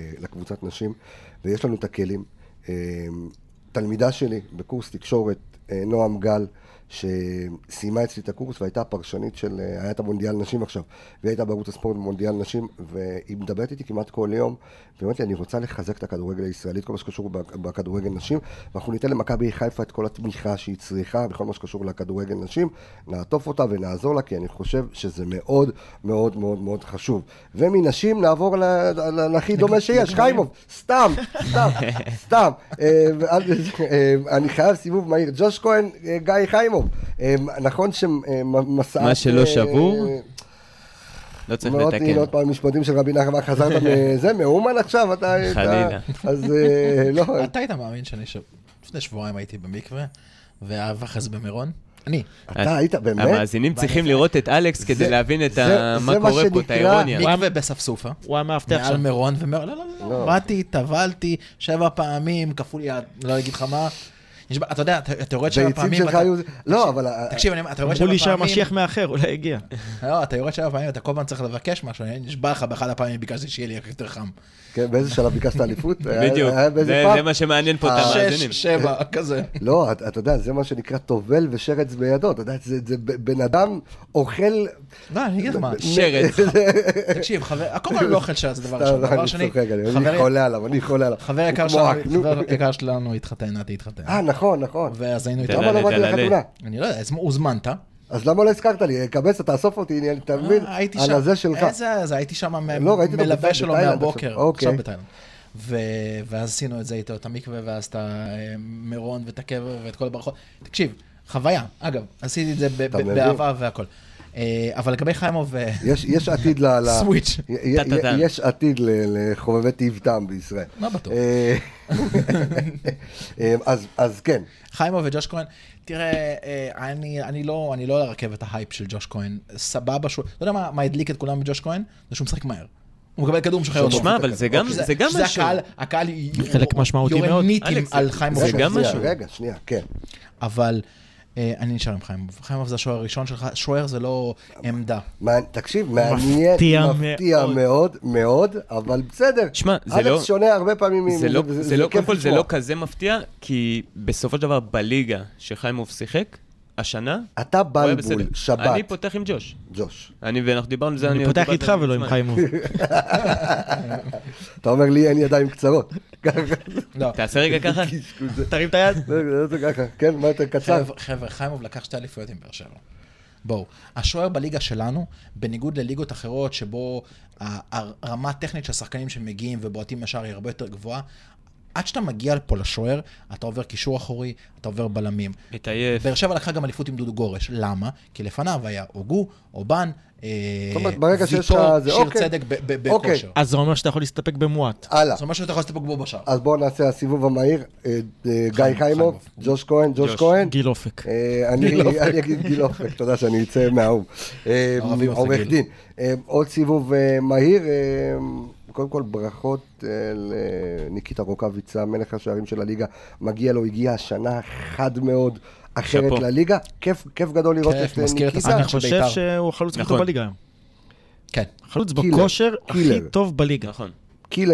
לקבוצת נשים, ויש לנו את הכלים. תלמידה שלי בקורס תקשורת נועם גל, שסיימה אצלי את הקורס והייתה פרשנית של, היה את המונדיאל נשים עכשיו, והיא הייתה בערוץ הספורט במונדיאל נשים, והיא מדברת איתי כמעט כל יום, ואומרת לי, אני רוצה לחזק את הכדורגל הישראלית, כל מה שקשור בכדורגל נשים, ואנחנו ניתן למכבי חיפה את כל התמיכה שהיא צריכה, בכל מה שקשור לכדורגל נשים, נעטוף אותה ונעזור לה, כי אני חושב שזה מאוד מאוד מאוד מאוד חשוב. ומנשים נעבור להכי דומה שיש, חיימוב, סתם. אני חייב סיבוב מהיר, ג'וש כהן, גיא חיימוב. נכון שמסעת... מה שלא שבור, לא צריך לתקן. מאוד עוד פעם משפטים של רבי נחמן, חזרת מזה, מאומן עכשיו, אתה... חלילה. אז לא... אתה היית מאמין שאני לפני שבועיים הייתי במקווה, ואחרי זה במירון? אני. אתה היית באמת? המאזינים צריכים לראות את אלכס כדי להבין מה קורה פה, את האירוניה. מקווה בספסופה. הוא היה מאבטח שם. מעל מירון ומירון, לא. באתי, טבלתי 7 פעמים, כפול יד, לא אגיד לך מה. אתה יודע, אתה יורד 7 פעמים... לא, אבל... תקשיב, אתה יורד 7 פעמים... אמרו לי שהמשיח מאחר, אולי הגיע. לא, אתה יורד 7 פעמים, אתה כל פעם צריך לבקש משהו, אני נשבע לך באחד הפעמים ביקשתי שיהיה לי יותר חם. כן, באיזה שלב ביקשת אליפות? בדיוק, זה מה שמעניין פה את המאזינים. 6, 7, כזה. לא, אתה יודע, זה מה שנקרא טובל ושרץ בידו, אתה יודע, זה בן אדם אוכל... לא, אני אגיד לך מה. שרץ. תקשיב, הכל לא אוכל שרץ, זה דבר ראשון. דבר שני, אני חולה עליו. חבר יקר שלנו התחתן, נתי התחתן. נכון. ואז היינו איתו. למה לא באתי לחתונה? אני לא יודע, הוזמנת. אז למה לא הזכרת לי? קבץ, תאסוף אותי, אני תבין, על הזה שלך. איזה, הייתי שם מלווה שלו מהבוקר, עכשיו בתאילנד. ואז עשינו את זה איתו, את המקווה, ואז את המירון ואת הקבר ואת כל הברכות. תקשיב, חוויה, אגב, עשיתי את זה באהבה והכל. אבל לגבי חיימוב... יש עתיד סוויץ'. יש עתיד לחובבי טיב טעם בישראל. מה בטוח? אז כן. חיימוב וג'וש כהן, תראה, אני לא על הרכבת ההייפ של ג'וש כהן, סבבה שהוא... לא יודע מה הדליק את כולם בג'וש כהן? זה שהוא משחק מהר. הוא מקבל כדור משחרר אותו. שמע, אבל זה גם משהו. הקהל חלק משמעותי מאוד. יורד ניטים על חיימוב. זה גם משהו. רגע, שנייה, כן. אבל... אני נשאר עם חיימוב. חיימוב זה השוער הראשון שלך, שוער זה לא עמדה. תקשיב, מעניין, מפתיע מאוד, מאוד, אבל בסדר. שמע, זה לא... אלכס שונה הרבה פעמים. זה לא כזה מפתיע, כי בסופו של דבר בליגה שחיימוב שיחק, השנה... אתה בלבול, שבת. אני פותח עם ג'וש. ואנחנו דיברנו על זה... אני פותח איתך ולא עם חיימוב. אתה אומר לי, אין ידיים קצרות. תעשה רגע ככה. תרים את היד. זה ככה, כן, מה יותר קצר? חבר'ה, חיימוב לקח 2 אליפויות עם באר שבע. בואו, השוער בליגה שלנו, בניגוד לליגות אחרות, שבו הרמה הטכנית של השחקנים שמגיעים ובועטים ישר היא הרבה יותר גבוהה, עד שאתה מגיע פה לשוער, אתה עובר קישור אחורי, אתה עובר בלמים. מתעייף. באר שבע לקחה גם אליפות עם דודו גורש. למה? כי לפניו היה אוגו, אובן, ויטור, שיר צדק בכושר. אז זה אומר שאתה יכול להסתפק במועט. הלאה. זה אומר שאתה יכול להסתפק בו בשאר. אז בואו נעשה הסיבוב המהיר. גיא חיימוב, ג'וש כהן. גיל אופק. אני אגיד גיל אופק, תודה שאני אצא מהאום. עורך דין. עוד סיבוב מהיר. קודם כל ברכות לניקיטה רוקאביצה, מלך השערים של הליגה, מגיע לו, הגיע השנה חד מאוד אחרת לליגה, כיף גדול לראות את ניקיטה. אני חושב שהוא החלוץ הכי טוב בליגה היום. כן. החלוץ בכושר הכי טוב בליגה. נכון. קילר,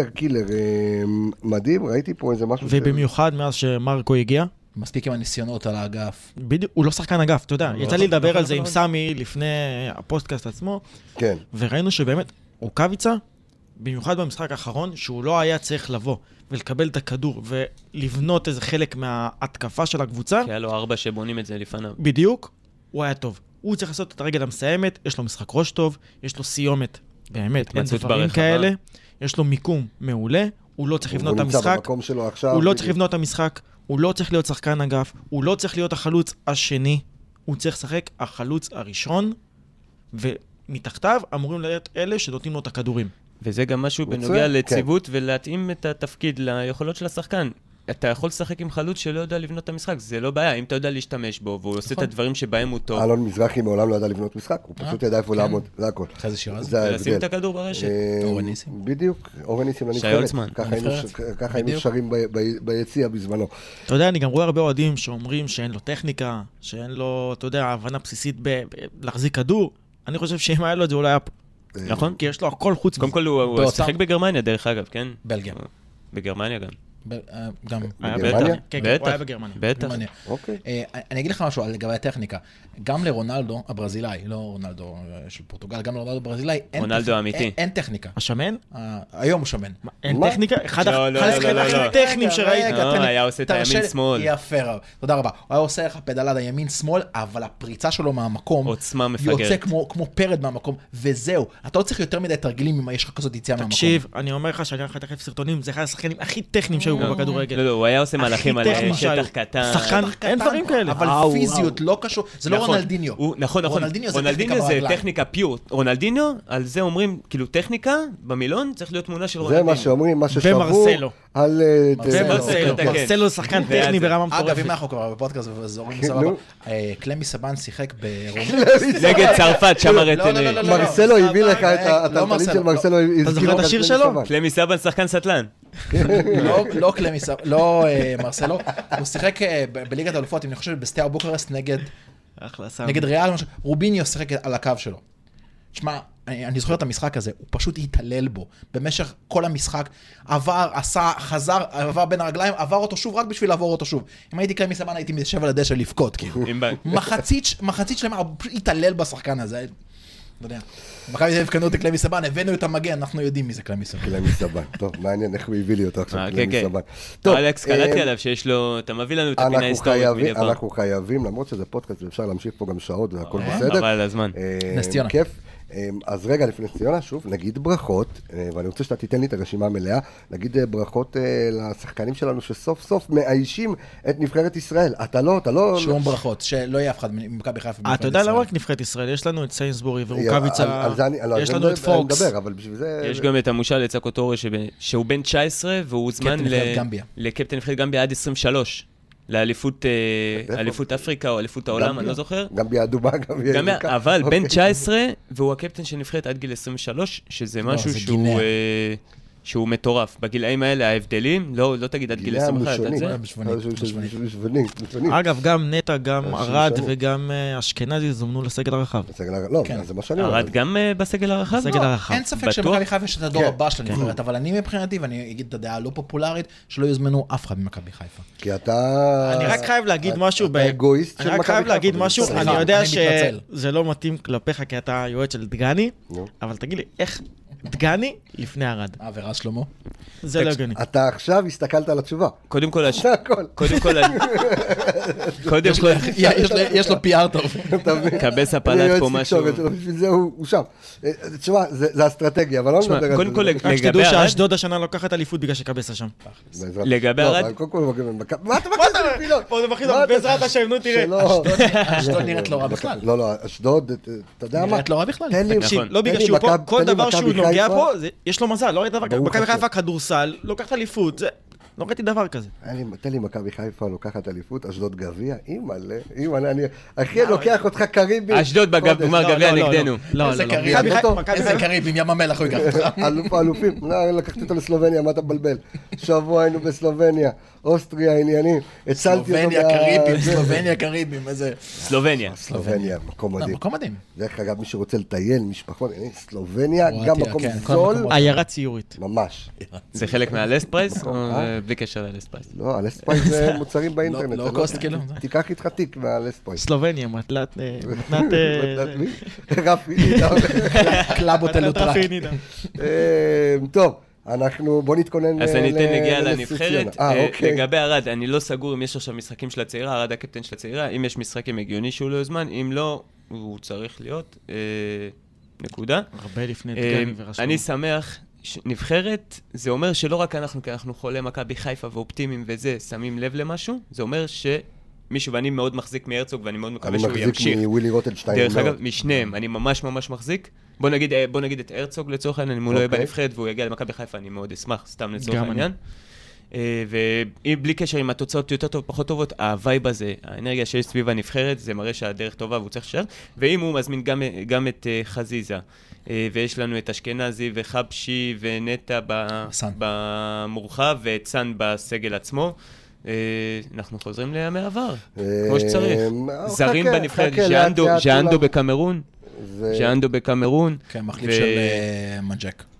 מדהים, ראיתי פה איזה משהו. ובמיוחד מאז שמרקו הגיע. מספיק עם הניסיונות על האגף. בדיוק, הוא לא שחקן אגף, אתה יודע. יצא לי לדבר על זה עם סמי לפני הפודקאסט עצמו. כן. וראינו שבאמת, רוקאביצה, במיוחד במשחק האחרון, שהוא לא היה צריך לבוא ולקבל את הכדור ולבנות איזה חלק מההתקפה של הקבוצה. כי היה לו 4 שבונים את זה לפניו. בדיוק, הוא היה טוב. הוא צריך לעשות את הרגל המסיימת, יש לו משחק ראש טוב, יש לו סיומת, באמת, אין דברים כאלה, יש לו מיקום מעולה, הוא לא צריך לבנות את המשחק, הוא לא צריך לבנות את המשחק, הוא לא צריך להיות שחקן אגף, הוא לא צריך להיות החלוץ השני, הוא צריך לשחק החלוץ הראשון, ומתחתיו אמורים להיות אלה שנותנים לו את הכדורים. וזה גם משהו בנוגע לציבות ולהתאים את התפקיד ליכולות של השחקן. אתה יכול לשחק עם חלוץ שלא יודע לבנות את המשחק, זה לא בעיה, אם אתה יודע להשתמש בו, והוא עושה את הדברים שבהם הוא טוב. אלון מזרחי מעולם לא ידע לבנות משחק, הוא פשוט ידע איפה לעמוד, זה הכל. אחרי זה שירז? ולשים את הכדור ברשת. אורן ניסים. בדיוק, אורן ניסים. שי הולצמן. ככה היינו שרים ביציע בזמנו. אתה יודע, אני גם רואה הרבה אוהדים שאומרים שאין לו טכניקה, שאין לו, אתה יודע, הבנה בסיסית להחזיק כדור. אני חושב שאם היה לו את זה, אולי היה פה. נכון? כי יש לו הכל חוץ. קודם כל הוא שיחק בגרמניה, דרך אגב, כן? בלגיה. בגרמניה גם. גם. בגרמניה? כן, הוא היה בגרמניה. בטח. אוקיי. אני אגיד לך משהו לגבי הטכניקה. גם לרונלדו הברזילאי, לא רונלדו של פורטוגל, גם לרונלדו הברזילאי, רונלדו אמיתי. אין טכניקה. השמן? היום הוא שמן. אין טכניקה? אחד השחקנים הכי טכניים שראיתי. היה עושה את הימין-שמאל. יפה רב, תודה רבה. הוא היה עושה לך פדלד הימין-שמאל, אבל הפריצה שלו מהמקום, עוצמה מפגרת. יוצא כמו פרד מהמקום, וזהו. אתה לא צריך יותר מדי תרגילים אם יש לך כזאת יציאה מהמקום. תקשיב, אני אומר לך שאני הולך לתחף סרטונים, זה אחד השחקנים הכי טכניים שהיו פה בכדורגל. לא, הוא היה עושה מהלכים על שטח קטן. שחקן, אין דברים כאלה. אבל פיזיות לא קשור, זה לא רונלדיניו. נכון. רונלדיניו זה טכניקה פיור. רונלדיניו, על זה אומרים, כאילו טכניקה, במילון צריך להיות תמונה של רונלדיניו. זה מה שאומרים, מה ששבו על... מרסלו שחקן טכני ברמה מטורפת. אגב, אם אנחנו כבר בפודקאסט וזורים סבבה, קלמי סבן שיחק ברומא. נגד צרפת, שם הרטני. מרסלו הביא לך את התלתלית של מרסלו. אתה זוכר את השיר שלו? קלמי סבן שחקן סטלן. לא קלמי סבן, לא מרסלו. הוא שיחק בליגת האלופות, אני חושב, בסטיאו בוקרסט נגד ריאל. רוביניו שיחק על הקו שלו. תשמע, אני זוכר את המשחק הזה, הוא פשוט התעלל בו. במשך כל המשחק, עבר, עשה, חזר, עבר בין הרגליים, עבר אותו שוב, רק בשביל לעבור אותו שוב. אם הייתי קלמי סבן, הייתי מתיישב על הדשא לבכות, כאילו. מחצית שלמה, הוא פשוט התעלל בשחקן הזה. לא יודע. מכבי תל אביב קנו אותי קלמי סבן, הבאנו את המגן, אנחנו יודעים מי זה קלמי סבן. קלמי סבן, טוב, מעניין איך הוא הביא לי אותו עכשיו, קלמי סבן. אלכס, קלטתי עליו שיש לו, אתה מביא לנו את הפינה ההיסטורית. אנחנו חייבים, למרות שזה פודקאסט, ואפשר להמשיך פה גם שעות והכל בסדר. אבל הזמן. נס ציונה. כיף. אז רגע, לפני נס ציונה, שוב, נגיד ברכות, ואני רוצה שאתה תיתן לי את הרשימה המלאה, נגיד ברכות לשחקנים שלנו שסוף סוף מאיישים את נבחרת ישראל. אתה לא... שום ברכות, שלא יהיה אף אחד ממכבי חיפה. אתה יודע לא רק נבחרת ישראל, יש לנו את סיינסבורי ורוקאביצה, יש לנו את פוקס. יש גם את המושל לצקות אורי, שהוא בן 19, והוא הוזמן לקפטן נבחרת גמביה עד 23. לאליפות אפריקה או אליפות העולם, אני לא זוכר. גמביה אדומה, גמביה ירוקה. אבל בן 19, והוא הקפטן של נבחרת עד גיל 23, שזה משהו שהוא מטורף. בגילאים האלה ההבדלים, לא תגיד עד גיל 21, על זה. אגב, גם נטע, גם ארד וגם אשכנזי זומנו לסגל הרחב. לא, זה מה שאני אומר. ארד גם בסגל הרחב? בסגל הרחב. אין ספק שמכבי חיפה יש את הדור הבא של הנבחרת, אבל אני מבחינתי, ואני אגיד את הדעה הלא פופולרית, שלא יוזמנו אף אחד ממכבי חיפה. כי אתה... אני רק חייב להגיד משהו, אני יודע שזה לא מתאים כלפיך, כי אתה יועץ של דגני, אבל תגיד לי, איך דגני לפני ארד? ורז שלמה? זה לא הגיוני. אתה עכשיו הסתכלת על התשובה. קודם כל, יש לו PR טוב. קבס הפלט פה משהו. בשביל זה הוא שם. תשמע, זה אסטרטגיה, אבל לא נדבר על זה. קודם כל, רק שתדעו שהאשדוד השנה לוקחת אליפות בגלל שקבסה שם. לגבי ארד? מה אתה מכיר? בעזרת השם, נו תראה. אשדוד נראית לא רע בכלל. לא, אשדוד, אתה יודע מה? נראית לא רע בכלל. לא בגלל שהוא פה, כל דבר שהוא נוגע פה, יש לו מזל, לא ראית דבר כזה. מכבי חיפה כדורסל, לוקחת אליפות, לא ראיתי דבר כזה. תן לי מכבי חיפה לוקחת אליפות, אשדוד גביע, אימא'לה, אני הכי לוקח אותך קריבי. אשדוד בגמר גביע נגדנו. איזה קריבי, עם ים המלח הוא ייקח אותך. אלופים, לקחתי אותו לסלובניה, מה אתה מבלבל? שבוע היינו בסלובניה, אוסטריה, עניינים, הצלתי אותו. סלובניה קריבים, איזה... סלובניה, מקום מדהים. דרך אגב, מי שרוצה לטייל, משפחות, סלובניה, גם מקום זול. עיירה ציורית. ממש. זה חלק מהלסט פרייס? בלי קשר ללסט פרייס. לא, הלסט פרייס זה מוצרים באינטרנט. לא קוסט כאילו. תיקח איתך תיק מהלסט פרייס. סלובניה, מתנת... רפי. קלאבות אלוטרק. טוב. בוא נתכונן... אז אני אתן נגיעה לנבחרת. לגבי ארד, אני לא סגור אם יש עכשיו משחקים של הצעירה, ארד הקפטן של הצעירה, אם יש משחקים הגיוני שהוא לא יוזמן, אם לא, הוא צריך להיות. נקודה. הרבה לפני דגני ורשום. אני שמח, נבחרת, זה אומר שלא רק אנחנו, כי אנחנו חולי מכבי חיפה ואופטימיים וזה, שמים לב למשהו, זה אומר שמישהו, ואני מאוד מחזיק מהרצוג, ואני מאוד מקווה שהוא ימשיך. אני מחזיק מווילי רוטנשטיין. דרך אגב, משניהם, אני ממש מחזיק. בוא נגיד את הרצוג לצורך העניין, אם הוא לא יהיה בנבחרת והוא יגיע למכבי חיפה, אני מאוד אשמח, סתם לצורך העניין. ובלי קשר עם התוצאות יותר טוב, פחות טובות, הווייב הזה, האנרגיה שיש סביב הנבחרת, זה מראה שהדרך טובה והוא צריך לשאר. ואם הוא מזמין גם את חזיזה, ויש לנו את אשכנזי וחבשי ונטע במורחב, ואת סן בסגל עצמו, אנחנו חוזרים לימי עבר, כמו שצריך. זרים בנבחרת, ז'אנדו בקמרון. ז'אנדו בקמרון. כן, מחליף של מג'ק.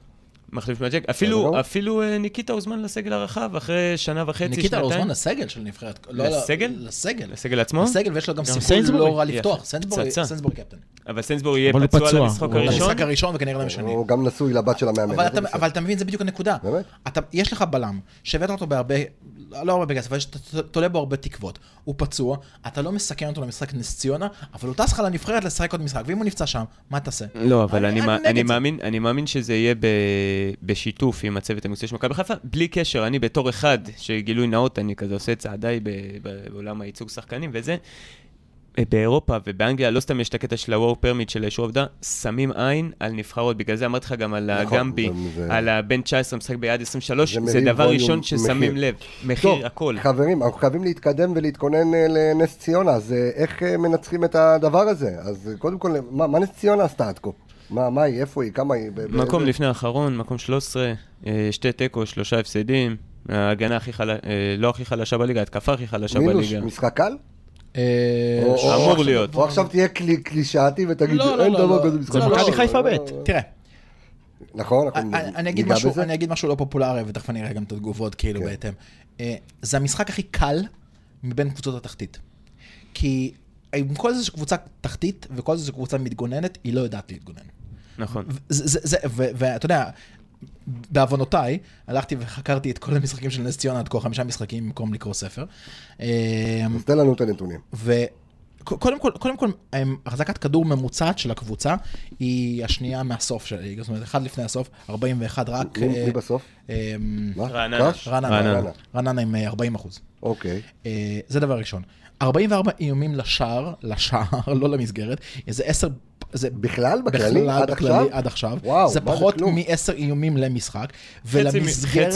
מחליף מג'ק. אפילו ניקיטה הוזמן לסגל הרחב, אחרי שנה וחצי, שנתיים. ניקיטה הוזמן לסגל של נבחרת. לסגל? לסגל. לסגל עצמו? לסגל, ויש לו גם סיכוי לא רע לפתוח. סנסבורי קפטן. אבל סנסבורי יהיה פצוע למשחק הראשון. למשחק הראשון וכנראה למשנים. הוא גם נשוי לבת של המאמן. אבל אתה מבין, זה בדיוק הנקודה. יש לך בלם, שהבאת אותו בהרבה, לא הרבה בגלל, אבל אתה תולה בו הרבה תקוות. הוא פצוע, אתה לא מסכן אותו למשחק נס ציונה, אבל הוא טס לך לנבחרת לשחק עוד משחק, ואם הוא נפצע שם, מה תעשה? לא, אבל אני מאמין שזה יהיה בשיתוף עם הצוות המקצועי של מכבי חיפה, בלי קשר, אני בתור אחד שגילוי נאות, אני כזה עושה צעדיי בעולם הייצוג שחקנים וזה, באירופה ובאנגליה, לא סתם יש את הקטע של ה-War Permit של האישור עובדה, שמים עין על נבחרות, בגלל זה אמרתי לך גם על הגמבי, על הבן 19 משחק ביד 23, זה דבר ראשון ששמים לב, מחיר הכל. חברים, אנחנו חייבים להתקדם ולהתכונן לנס ציונה, אז איך מנצחים את הדבר הזה? אז קודם כל, מה נס ציונה עשתה עד כה? מה היא, איפה היא, כמה היא? מקום לפני האחרון, מקום 13, 2 תיקו, 3 הפסדים, ההגנה לא הכי חלשה בליגה, התקפה הכי חלשה בליגה. מינוס, משחק קל? אמור להיות. או עכשיו תהיה קלישאתי ותגיד אין דבר כזה משחק. זה מכבי חיפה ב'. תראה. נכון, אני אגיד משהו לא פופולרי, ותכף אני אראה גם את התגובות כאילו בהתאם. זה המשחק הכי קל מבין קבוצות התחתית. כי עם כל זה שקבוצה תחתית, וכל זה שקבוצה מתגוננת, היא לא יודעת להתגונן. נכון. ואתה יודע, בעוונותיי, הלכתי וחקרתי את כל המשחקים של נס ציונה, עד כה 5 משחקים במקום לקרוא ספר. אז תן לנו את הנתונים. קודם כל, החזקת כדור ממוצעת של הקבוצה היא השנייה מהסוף של הליגה, זאת אומרת, אחד לפני הסוף, 41 רק... מי בסוף? רעננה עם 40%. אוקיי. זה דבר ראשון. 44 איומים לשער, לא למסגרת, זה 10... בכלל? בכללי? עד עכשיו? וואו, זה פחות מ-10 איומים למשחק, ולמסגרת,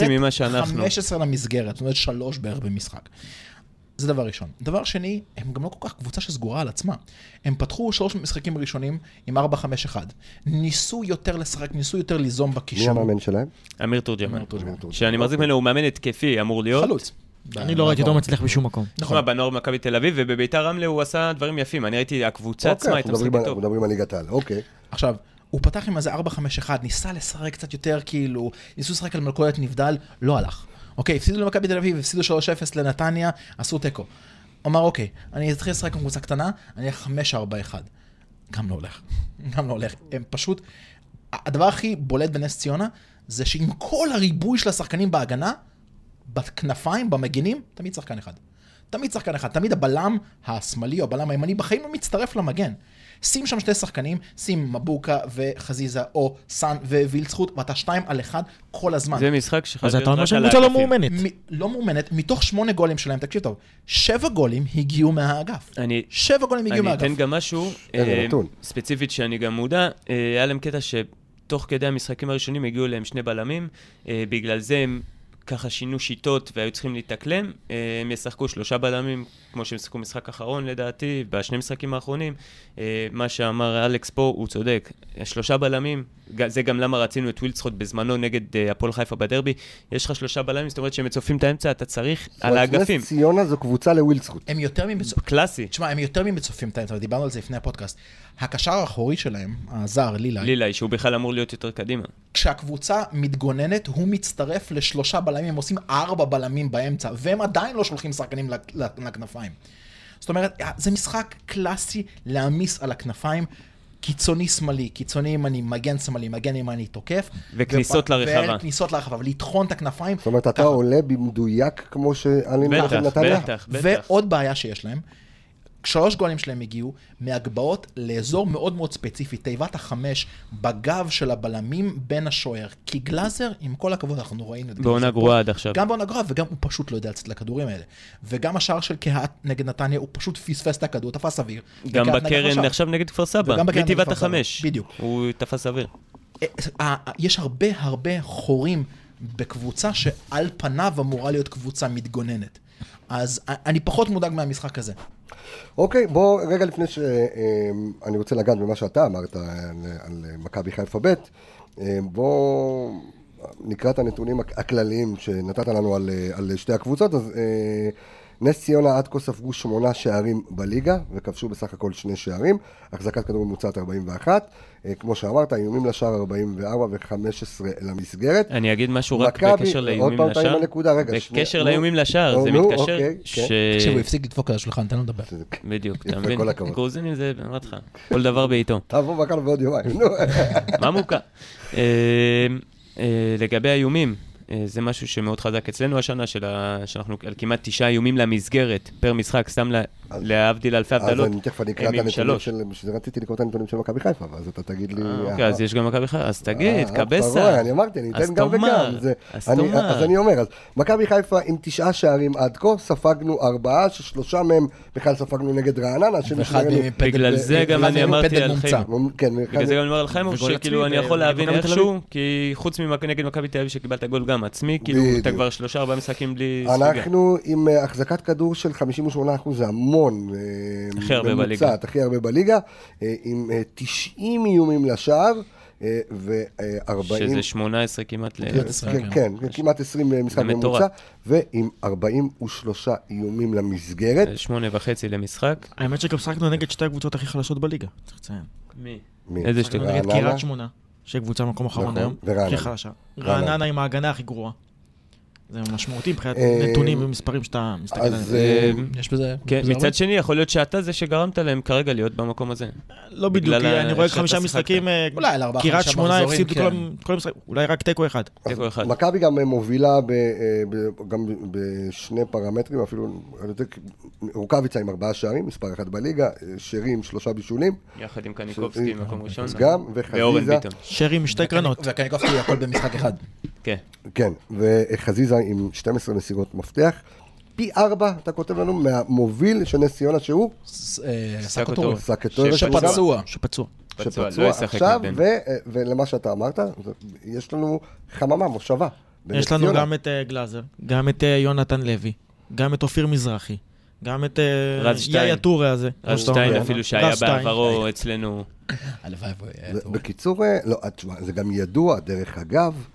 15 למסגרת, זאת אומרת 3 בערך במשחק. זה דבר ראשון. דבר שני, הם גם לא כל כך קבוצה שסגורה על עצמה. הם פתחו 3 משחקים ראשונים עם 4-5-1. ניסו יותר לשחק, ניסו יותר ליזום בקישור. מי המאמן שלהם? אמיר תורג'מן. שאני מחזיק ממנו, הוא מאמן התקפי, אמור להיות. חלוץ. אני לא ראיתי אותו מצליח בשום מקום. נכון, בנוער מכבי תל אביב, ובביתר רמלה הוא עשה דברים יפים. אני ראיתי, הקבוצה עצמה הייתה משחקת טוב. אנחנו מדברים על ליגת העל, אוקיי. עכשיו, הוא פתח עם איזה 4-5-1, ניסה לשחק קצת יותר כאילו, ניסו לשחק על מלכודת נבדל, לא הלך. אוקיי, הפסידו למכבי תל אביב, הפסידו 3-0 לנתניה, עשו תיקו. אמר, אוקיי, אני אתחיל לשחק עם קבוצה קטנה, אני אלך 5-4-1. גם לא הולך. הם פשוט, הדבר הכי בולט בנס ציונה, זה שעם כל הריבוי של השחקנים בהגנה, בכנפיים, במגינים, תמיד שחקן אחד. תמיד הבלם השמאלי או הבלם הימני בחיים לא מצטרף למגן. שים שם 2 שחקנים, שים מבוקה וחזיזה או סן ווילצחוט, ואתה 2 על 1 כל הזמן. זה משחק שחייב להיות רק על האגפים. אז אתה אומר לא מאומנת. לא מאומנת, מתוך 8 גולים שלהם, תקשיב טוב, 7 גולים הגיעו מהאגף. 7 גולים הגיעו מהאגף. אני אתן גם משהו ספציפית שאני גם מודע, היה להם קטע שתוך כדי המשחקים הראשונים הגיעו להם 2 בלמים, בגלל זה הם ככה שינו שיטות והיו צריכים להתאקלם, הם ישחקו 3 בלמים, כמו שהם ישחקו משחק אחרון לדעתי, בשני משחקים האחרונים, מה שאמר אלכס פה, הוא צודק, 3 בלמים, זה גם למה רצינו את ווילצחוט בזמנו נגד הפועל חיפה בדרבי, יש לך 3 בלמים, זאת אומרת שהם מצופים את האמצע, אתה צריך על האגפים. נס ציונה זו קבוצה לווילצחוט. הם יותר ממצופים. קלאסי. תשמע, הם יותר ממצופים את האמצע, דיברנו על זה לפני הפודקאסט. הקשר האחורי שלהם, הזר, לילאי, שהוא בכלל אמור להיות יותר קדימה. כשהקבוצה מתגוננת, הוא מצטרף ל3 בלמים, הם עושים 4 בלמים באמצע, והם עדיין לא שולחים שחקנים לכנפיים. זאת אומרת, זה משחק קלאסי להעמיס על הכנפיים, קיצוני שמאלי, קיצוני ימני, מגן שמאלי, מגן ימני תוקף. וכניסות לרחבה. וכניסות לרחבה, ולטחון את הכנפיים. זאת אומרת, אתה עולה במדויק כמו שאלין נתניה. בטח. ועוד בעיה שיש להם, 3 גולים שלהם הגיעו מהגבעות לאזור מאוד מאוד ספציפי, תיבת 5, בגב של הבלמים בין השוער. כי גלאזר, עם כל הכבוד, אנחנו רואים את גלאזר. בעונה גרועה עד עכשיו. גם בעונה גרועה, וגם הוא פשוט לא יודע לצאת לכדורים האלה. וגם השער של קהת נגד נתניה, הוא פשוט פספס את הכדור, תפס אוויר. גם בקרן עכשיו נגד כפר סבא, בתיבת 5. בדיוק. הוא תפס אוויר. יש הרבה חורים בקבוצה שעל פניו אמורה להיות קבוצה מתגוננת. אז אני פחות מודאג מהמשחק הזה. אוקיי, בוא רגע לפני שאני רוצה לגעת במה שאתה אמרת על מכבי חיפה ב', בוא נקרא את הנתונים הכלליים שנתת לנו על 2 הקבוצות. אז נס ציונה עד כה ספגו 8 שערים בליגה, וכבשו בסך הכל 2 שערים, החזקת כדור ממוצעת 41, כמו שאמרת, איומים לשער 44 ו-15 למסגרת. אני אגיד משהו רק בקשר לאיומים לשער. בקשר לאיומים לשער, זה מתקשר כשהוא הפסיק לדפוק על השולחן, תן לו לדבר. בדיוק, אתה מבין? גרוזינים זה אמרת לך, כל דבר בעיתו. תבוא בקר ועוד יומיים. מה מוקע? לגבי האיומים, זה משהו שמאוד חזק אצלנו השנה, שאנחנו על כמעט 9 איומים למסגרת פר משחק, סתם להבדיל אלפי הבדלות. אז אני תכף אקרא את הנתונים רציתי לקרוא את הנתונים של מכבי חיפה, אז אתה תגיד לי... אוקיי, אז יש גם מכבי חיפה, אז תגיד, קבסה. אני אמרתי, אני אתן גם וגם. אז אני אומר, אז מכבי חיפה עם 9 שערים עד כה, ספגנו 4, ש3 מהם בכלל ספגנו נגד רעננה. בגלל זה גם אני אמרתי על חיימוב. בגלל זה גם אני אומר על חיימוב, שכאילו אני יכול להבין איכשהו, כי חוץ נגד מכבי תל אביב שקיבלת גול גם עצמי, כאילו אתה כבר 3-4 משחקים בלי ספיגה. אנחנו עם החזקת כדור של 58%, זה המון ממוצעת, הכי הרבה בליגה, עם 90 איומים לשער, ו-40... שזה 18 כמעט כן, כמעט 20 משחק ממוצע, ועם 43 איומים למסגרת. 8.5 למשחק. האמת שגם שחקנו נגד 2 הקבוצות הכי חלשות בליגה, צריך לציין. מי? איזה שתי? נגד קריית שמונה, שקבוצה במקום אחרון היום, הכי חלשה. רעננה עם ההגנה הכי גרועה. זה משמעותי מבחינת נתונים ומספרים שאתה מסתכל על זה. יש בזה... כן, מצד שני, יכול להיות שאתה זה שגרמת להם כרגע להיות במקום הזה. לא בדיוק, אני רואה 5 משחקים, קריית שמונה הפסידו כל המשחקים, אולי רק תיקו אחד. מכבי גם מובילה גם בשני פרמטרים, אפילו רוקאביצה עם 4 שערים, מספר 1 בליגה, שרי עם 3 בישולים. יחד עם קניקובסקי, מקום ראשון. גם, וחזיזה. שרי עם 2 קרנות. וקניקובסקי הכל במשחק אחד. כן, וחזיזה עם 12 מסירות מפתח. פי 4, אתה כותב לנו, מהמוביל של נס ציונה שהוא? סקטורי. שפצוע. שפצוע עכשיו, ולמה שאתה אמרת, יש לנו חממה, מושבה. יש לנו גם את גלאזר, גם את יונתן לוי, גם את אופיר מזרחי, גם את יאיה טורה הזה. רז שטיין אפילו שהיה בעברו אצלנו. הלוואי בו יהיה טורה. בקיצור, לא, זה גם ידוע, דרך אגב,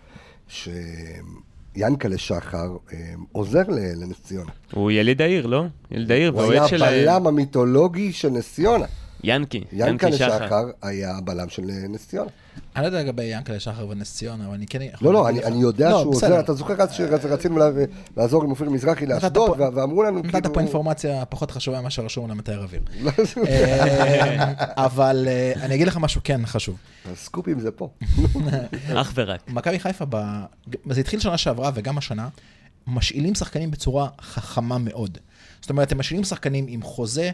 ינקלה שחר עוזר לנס ציונה. הוא יליד העיר, לא? יליד העיר. הוא היה בלם המיתולוגי של נס ציונה. ינקלה שחר היה בלם של נס ציונה. אני לא יודע לגבי ינקלה שחר ונס ציונה, אבל אני כן... לא, אני יודע שהוא עוזר, אתה זוכר אז שרצינו לעזור עם אופיר מזרחי לאשדוד, ואמרו לנו כאילו... נתת פה אינפורמציה פחות חשובה ממה שרשום למתאר אוויר. אבל אני אגיד לך משהו כן חשוב. הסקופים זה פה. אך ורק. מכבי חיפה, זה התחיל שנה שעברה וגם השנה, משאילים שחקנים בצורה חכמה מאוד. זאת אומרת, הם משאילים שחקנים עם חוזה,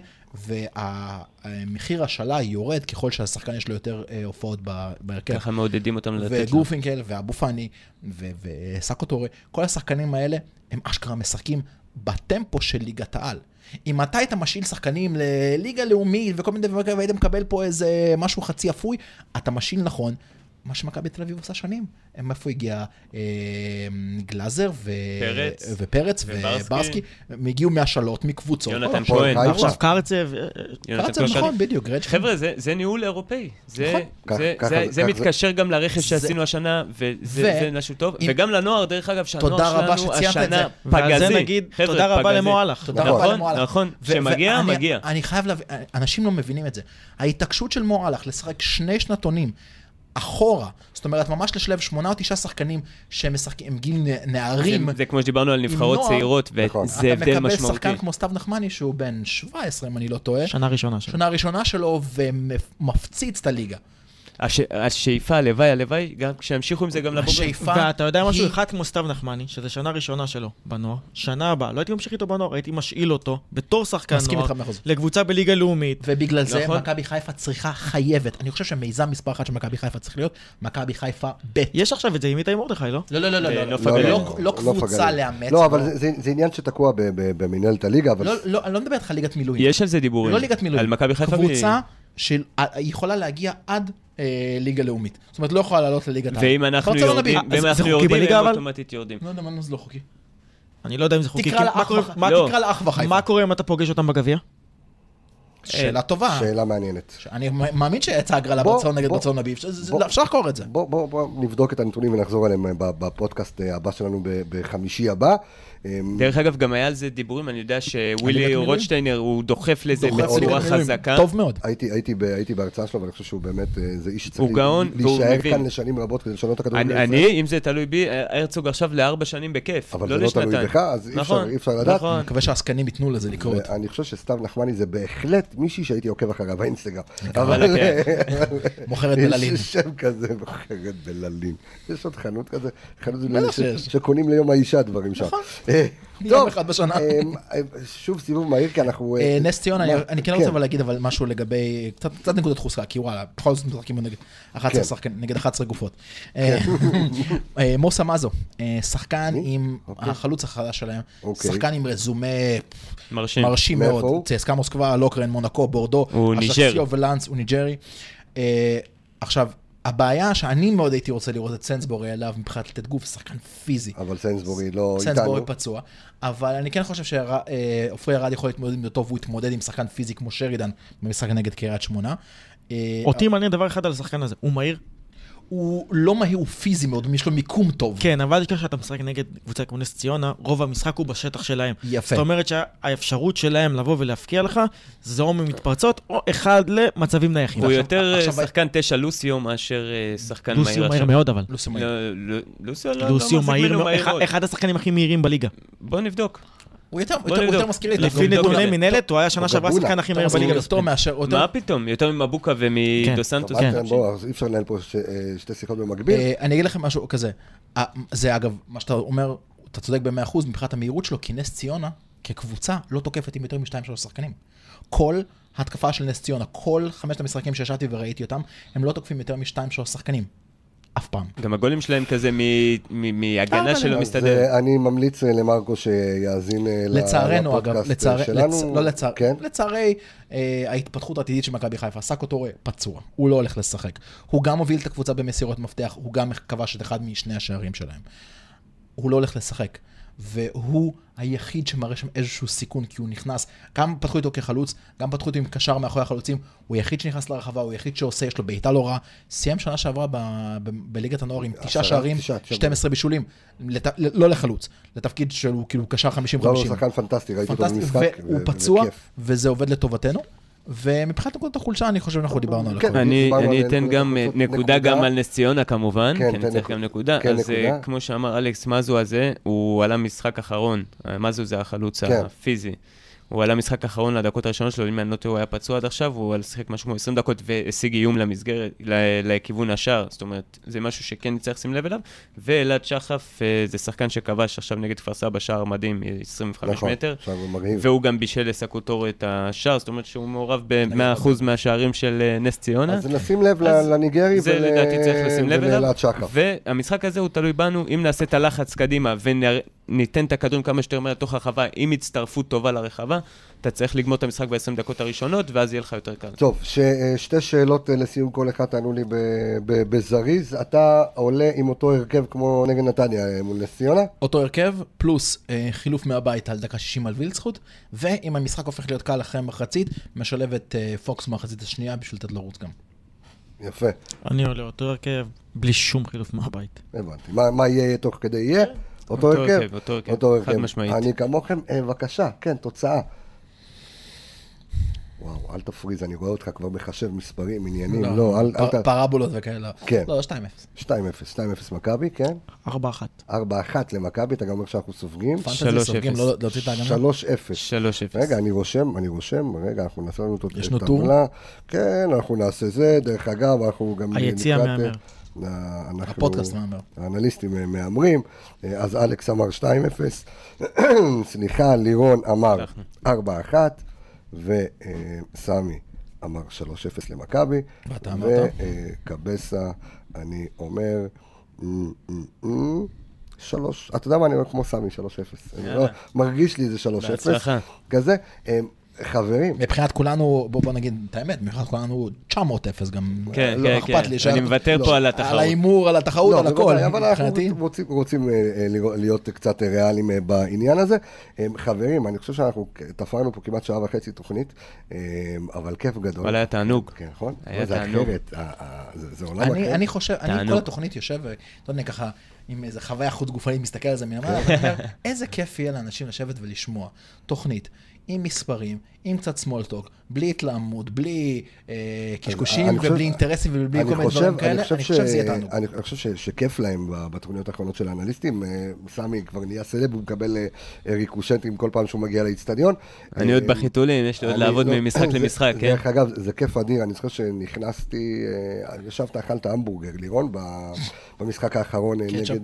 והמחיר השאלה יורד ככל שהשחקן יש לו יותר הופעות בהרכב. ככה מעודדים אותם לתת לו. וגורפינקל ואבו פאני וסקוטורי, כל השחקנים האלה הם אשכרה משחקים בטמפו של ליגת העל. אם אתה היית משאיל שחקנים לליגה לאומית וכל מיני דברים, והיית מקבל פה איזה משהו חצי אפוי, אתה משאיל נכון. מה שמכבי תל אביב עושה שנים. איפה הגיע גלאזר ופרץ וברסקי, הם הגיעו מהשלות, מקבוצות. יונתן כהן. עכשיו קרצב. נכון, בדיוק. חבר'ה, זה ניהול אירופאי. זה מתקשר גם לרכש שעשינו השנה, וזה משהו טוב. וגם לנוער, דרך אגב, שהנוער שלנו השנה פגזי. תודה רבה למועלך. נכון, שמגיע, מגיע. אני חייב להבין, אנשים לא מבינים את זה. ההתעקשות של מועלך לשחק 2 שנתונים, אחורה, זאת אומרת, ממש לשלב 8 או 9 שחקנים שמשחקים, הם גיל נערים. זה כמו שדיברנו על נבחרות צעירות, וזה הבדל משמעותי. אתה מקבל שחקן כמו סתיו נחמני, שהוא בן 17, אם אני לא טועה. שנה ראשונה שלו, ומפציץ את הליגה. השאיפה, הלוואי, גם כשהמשיכו עם זה גם לבוגרים. ואתה יודע משהו אחד כמו סתיו נחמני, שזה שנה ראשונה שלו בנוער, שנה הבאה, לא הייתי ממשיך איתו בנוער, הייתי משאיל אותו בתור שחקן נוער, לקבוצה בליגה לאומית. ובגלל זה מכבי חיפה צריכה חייבת, אני חושב שמיזם מספר 1 של מכבי חיפה צריך להיות, מכבי חיפה ב'. יש עכשיו את זה עם איתי מרדכי, לא? לא קבוצה לאמץ. לא, אבל זה עניין שתקוע במנהלת הליגה. לא, אני לא מדבר איתך ליגת מילואים. יש על זה דיבורים. לא ליגת מילואים. על מכבי חיפה. קבוצה שיכולה להגיע עד ליגה לאומית. זאת אומרת, לא יכולה לעלות לליגת העל. ואם אנחנו יורדים, הם אוטומטית יורדים. לא יודע, מה זה לא חוקי? אני לא יודע אם זה חוקי. תקרא לאח וחיפה. מה קורה אם אתה פוגש אותם בגביע? שאלה טובה. שאלה מעניינת. אני מאמין שיצא הגרלה ברצלונה נגד ברצלונה ביף. אפשר לחקור את זה. בוא נבדוק את הנתונים ונחזור עליהם בפודקאסט הבא שלנו בחמישי הבא. דרך אגב, גם היה על זה דיבורים, אני יודע שווילי רוטשטיינר הוא דוחף לזה בצורה חזקה. טוב מאוד. הייתי בהרצאה שלו, ואני חושב שהוא באמת, זה איש הוא גאון, והוא מבין. להישאר כאן לשנים רבות כדי לשנות את הכדורגל. אני, אם זה תלוי בי, הרצוג עכשיו ל4 שנים בכיף, לא לשנתיים. אבל זה לא תלוי בך, אז אי אפשר לדעת. אני מקווה שהעסקנים ייתנו לזה לקרות. אני חושב שסתיו נחמני זה בהחלט מישהי שהייתי עוקב אחריו באינסטגרם. מוכרת בללים. יש שם כזה, מוכרת בללים. יש עוד חנות כזה, חנות שקונים ליום האישה דברים שם. יום אחד בשנה. שוב סיבוב מהיר, כי אנחנו... נס ציונה, אני כן רוצה להגיד אבל משהו לגבי, קצת נקודת חוזקה, כי וואלה, בכל זאת משחקים נגד 11 גופות. מוסה מזו, שחקן עם החלוץ החדש שלהם, שחקן עם רזומה מרשים מאוד, צסקה מוסקבה, לוקרן, מונקו, בורדו, אשקסיו ולנס, הוא ניג'רי. עכשיו, הבעיה שאני מאוד הייתי רוצה לראות את סנסבורי עליו מבחינת לתת גוף, שחקן פיזי. אבל סנסבורי לא איתנו. סנסבורי פצוע. אבל אני כן חושב שאופרי ארד יכול להתמודד עם זה טוב, והוא יתמודד עם שחקן פיזי כמו שרידן, במשחק נגד קריית שמונה. אותי מעניין דבר אחד על השחקן הזה, הוא מהיר? הוא לא מהיר, הוא פיזי מאוד, יש לו מיקום טוב. כן, אבל כשאתה משחק נגד קבוצה כמו נס ציונה, רוב המשחק הוא בשטח שלהם. יפה. זאת אומרת שהאפשרות שלהם לבוא ולהפקיע לך, זה או ממתפרצות, או אחד למצבים נייחים. הוא יותר שחקן 9 לוסיו מאשר שחקן מהיר. לוסיו מהיר מאוד, אבל. לוסיו מהיר, אחד השחקנים הכי מהירים בליגה. בוא נבדוק. הוא יותר מזכיר לי. לפי נתוני מנהלת, הוא היה שנה שעברה שחקן הכי מהיר בליגה. מה פתאום? יותר ממבוקה ומדו סנטוס. אי אפשר לנהל פה שתי שיחות במקביל. אני אגיד לכם משהו כזה. זה אגב, מה שאתה אומר, אתה צודק ב100% מבחינת המהירות שלו, כי נס ציונה, כקבוצה, לא תוקפת עם יותר מ2-3 שחקנים. כל התקפה של נס ציונה, כל 5 המשחקים שישבתי וראיתי אותם, הם לא תוקפים יותר מ2-3 שחקנים. אף פעם. גם הגולים שלהם כזה מהגנה שלו מסתדר. אני ממליץ למרקו שיאזין לצערנו אגב, לצערי ההתפתחות העתידית של מכבי חיפה, סאקו טורה פצוע, הוא לא הולך לשחק. הוא גם הוביל את הקבוצה במסירות מפתח, הוא גם כבש את אחד משני השערים שלהם. הוא לא הולך לשחק. והוא היחיד שמראה שם איזשהו סיכון, כי הוא נכנס, גם פתחו איתו כחלוץ, גם פתחו איתו עם קשר מאחורי החלוצים, הוא היחיד שנכנס לרחבה, הוא היחיד שעושה, יש לו בעיטה לא רע, סיים שנה שעברה בליגת הנוער עם 9 שערים, 12 בישולים, לא לחלוץ, לתפקיד שהוא כאילו קשר 50-50. לא, שחקן פנטסטי, ראיתי אותו במשחק. והוא פצוע, וזה עובד לטובתנו. ומבחינת נקודת החולשה, אני חושב שאנחנו דיברנו על הכל. אני אתן גם נקודה גם על נס ציונה כמובן, כי אני צריך גם נקודה. אז כמו שאמר אלכס, מזו הזה, הוא עלה משחק אחרון, מזו זה החלוץ הפיזי. הוא עלה משחק אחרון לדקות הראשונות שלו, אם אני לא טועה, הוא היה פצוע עד עכשיו, הוא שיחק משהו כמו 20 דקות והשיג איום למסגרת, לכיוון השער, זאת אומרת, זה משהו שכן צריך לשים לב אליו, ואלעד שחף זה שחקן שכבש עכשיו נגד כפר סבא בשער מדהים, 25 מטר, והוא גם בישל לסאקו טורה את השער, זאת אומרת שהוא מעורב ב100% מהשערים של נס ציונה. אז נשים לב לניגרי ולאלעד שחף. והמשחק הזה הוא תלוי בנו, אם נעשה את הלחץ קדימה ניתן את הכדורים כמה שיותר מהר לתוך הרחבה, עם הצטרפות טובה לרחבה, אתה צריך לגמור את המשחק ב-20 דקות הראשונות, ואז יהיה לך יותר קל. טוב, שתי שאלות לסיום כל אחד תענו לי בזריז. אתה עולה עם אותו הרכב כמו נגד נתניה מול נס ציונה? אותו הרכב, פלוס חילוף מהבית על דקה 60 על וילצחוט, ואם המשחק הופך להיות קל אחרי מחצית, משלב את פוקס מחצית השנייה בשביל לתת לרוץ גם. יפה. אני עולה אותו הרכב בלי שום חילוף מהבית. הבנתי. מה יהיה תוך כדי יהיה? אותו הרכב, חד משמעית. אני כמוכם, בבקשה, כן, תוצאה. וואו, אל תפריז, אני רואה אותך כבר מחשב מספרים, עניינים, לא, אל פרבולות וכאלה. כן. לא, 2-0. 2-0 מכבי, כן? 4-1. 4-1 למכבי, אתה גם אומר שאנחנו סופגים. 3-0. לא תוציא את ההגנה? 3-0. רגע, אני רושם, רגע, אנחנו נעשה לנו את הטבלה. כן, אנחנו נעשה זה, דרך אגב, אנחנו גם... היציאה מהמר. הפודקאסט מאמר. האנליסטים מאמרים, אז אלכס אמר 2-0, סליחה, לירון אמר 4-1, וסמי אמר 3-0 למכבי, וקבסה, אני אומר 3, אתה יודע מה, אני אומר כמו סמי 3-0, מרגיש לי זה 3-0, כזה, חברים. מבחינת כולנו, בוא נגיד את האמת, מבחינת כולנו 900-0 גם. כן, כן, כן. אני מוותר פה על התחרות. על האימור, על התחרות, על הכל. אבל אנחנו רוצים להיות קצת ריאליים בעניין הזה. חברים, אני חושב שאנחנו תפרנו פה כמעט שעה וחצי תוכנית, אבל כיף גדול. אבל היה תענוג. כן, נכון? היה תענוג. זה עולם אחר. אני חושב, אני כל התוכנית יושב, אתה יודע, ככה, עם איזו חוויה חוץ גופנית, מסתכל על זה מלמעלה, ואומר, איזה כיף יהיה לאנשים לשבת ולשמוע תוכנית עם מספרים, עם קצת small talk, בלי התלעמות, בלי קשקושים ובלי אינטרסים ובלי כל מיני דברים כאלה, אני חושב שזה יהיה תענוג. אני חושב שכיף להם בתוכניות האחרונות של האנליסטים, סמי כבר נהיה סלב, הוא מקבל ריקושטים כל פעם שהוא מגיע לאצטדיון. אני עוד בחיתולים, יש לי עוד לעבוד ממשחק למשחק, כן? דרך אגב, זה כיף אדיר, אני זוכר שנכנסתי, ישבת, אכלת המבורגר, לירון, במשחק האחרון נגד,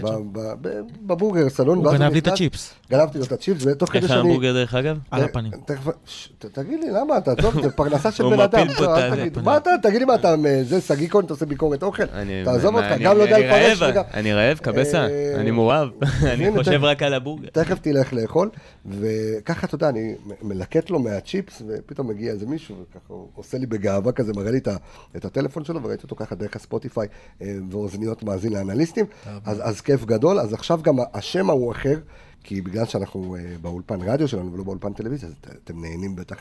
בבורגר, סלון. הוא גנב לי את הצ'יפס. גנבתי לו את הצ'יפס, ותוך כדי איך ההמבורגר דרך אגב? על הפנים. תגיד לי, למה אתה, טוב, זה פרנסה של בן אדם. תגיד לי מה אתה, זה סגיקון, אתה עושה ביקורת אוכל, תעזוב אותך, גם לא יודע לפרש. אני רעב, קבסה, אני מואב, אני חושב רק על הבורגר. תכף תלך לאכול, וככה, אתה יודע, אני מלקט לו מהצ'יפס, ופתאום מגיע איזה מישהו, וככה הוא עושה לי בגאווה כזה, מראה לי את הטלפון שלו, וראיתי אותו ככה דרך הספוטיפיי, ואוזניות מאזין לאנליסטים, אז כיף גדול, אז עכשיו גם השם הוא אחר, כי בגלל שאנחנו באולפן רדיו שלנו ולא באולפן טלוויזיה, אז אתם נהנים בטח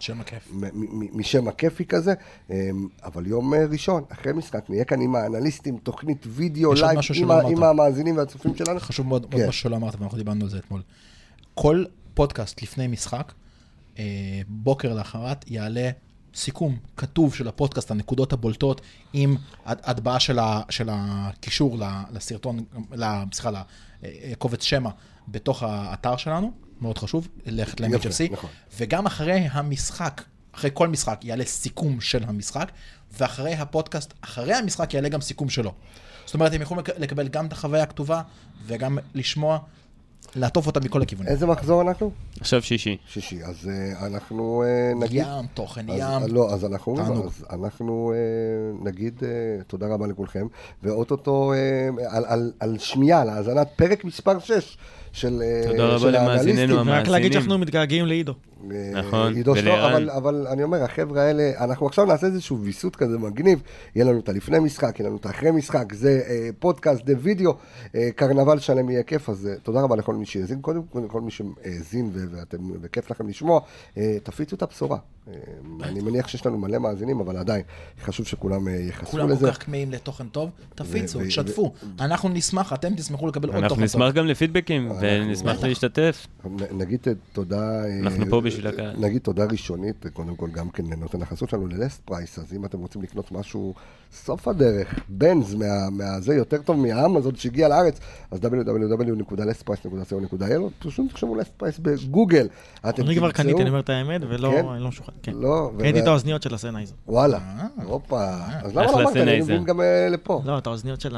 משם הכיפי כזה, אבל יום ראשון, אחרי משחק, נהיה כאן עם האנליסטים, תוכנית וידאו לייב, עם המאזינים והצופים שלנו. חשוב מאוד, מה שלא אמרת, ואנחנו דיברנו על זה אתמול. כל פודקאסט לפני משחק, בוקר לאחרת, יעלה סיכום כתוב של הפודקאסט, הנקודות הבולטות, עם הטבעה של הקישור לסרטון, סליחה, לקובץ שמה, בתוך האתר שלנו, מאוד חשוב, ללכת ל-MHFC, נכון. וגם אחרי המשחק, אחרי כל משחק, יעלה סיכום של המשחק, ואחרי הפודקאסט, אחרי המשחק, יעלה גם סיכום שלו. זאת אומרת, הם יכולים לקבל גם את החוויה הכתובה, וגם לשמוע, לעטוף אותה מכל הכיוונים. איזה מחזור אנחנו? עכשיו שישי. שישי, אז אנחנו נגיד... ים, תוכן, ים. לא, אז אנחנו נגיד תודה רבה לכולכם, ואוטוטו על שמיעה, על האזנת פרק מספר 6 של תודה רבה למאזיננו המאזינים. רק להגיד שאנחנו מתגעגעים לעידו. נכון, ולערן. אבל אני אומר, החבר'ה האלה, אנחנו עכשיו נעשה איזשהו ויסות כזה מגניב, יהיה לנו את הלפני משחק, יהיה לנו את האחרי משחק, זה פודקאסט, זה וידאו, קרנבל שלם יהיה כיף, אז תודה רבה לכל מי שהאזין, קודם כל מי שהאזין וכיף לכם לשמוע, תפיצו את הבשורה. אני מניח שיש לנו מלא מאזינים, אבל עדיין חשוב שכולם יחשפו לזה. כולם כל כך כמאים לתוכן טוב, תפיצו, שתפו. אנחנו נשמח, אתם תשמחו לקבל עוד תוכן טוב. אנחנו נשמח גם לפידבקים, ונשמח להשתתף. נגיד תודה... אנחנו פה בשביל הקהל. נגיד תודה ראשונית, קודם כל גם כן נותן החסות שלנו ללסט פרייס, אז אם אתם רוצים לקנות משהו סוף הדרך, בנז מהזה יותר טוב מהאמזון שהגיע לארץ, אז www.lestprice.co.il, פשוט תחשבו לסט פרייס בגוגל. אני כבר קניתי, אני אומר את האמת, ולא, אני לא משוחד. קניתי את האוזניות של הסנייזר. וואלה, אופה. אז למה לא אמרת? אני מבין גם לפה. לא, את האוזניות של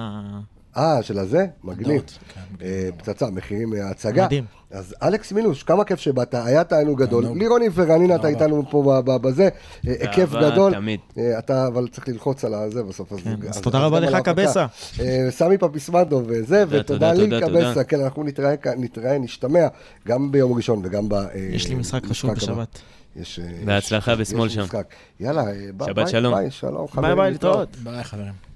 של הזה? מגניב. פצצה, מחירים מההצגה. מדהים. אז אלכס מילוש, כמה כיף שבאת, היה תענוג גדול. לירוני ורנינה, אתה איתנו פה בזה, כיף גדול. אתה אבל צריך ללחוץ על זה בסוף. אז תודה רבה לך קבסה. סמי פפיסמדו וזה, ותודה לי קבסה. כן, אנחנו נתראה, נשתמע, גם ביום ראשון וגם יש לי משחק חשוב בשבת. בהצלחה בשמאל שם. יאללה, שבת שלום. ביי, שלום. ביי, להתראות. ביי, חברים.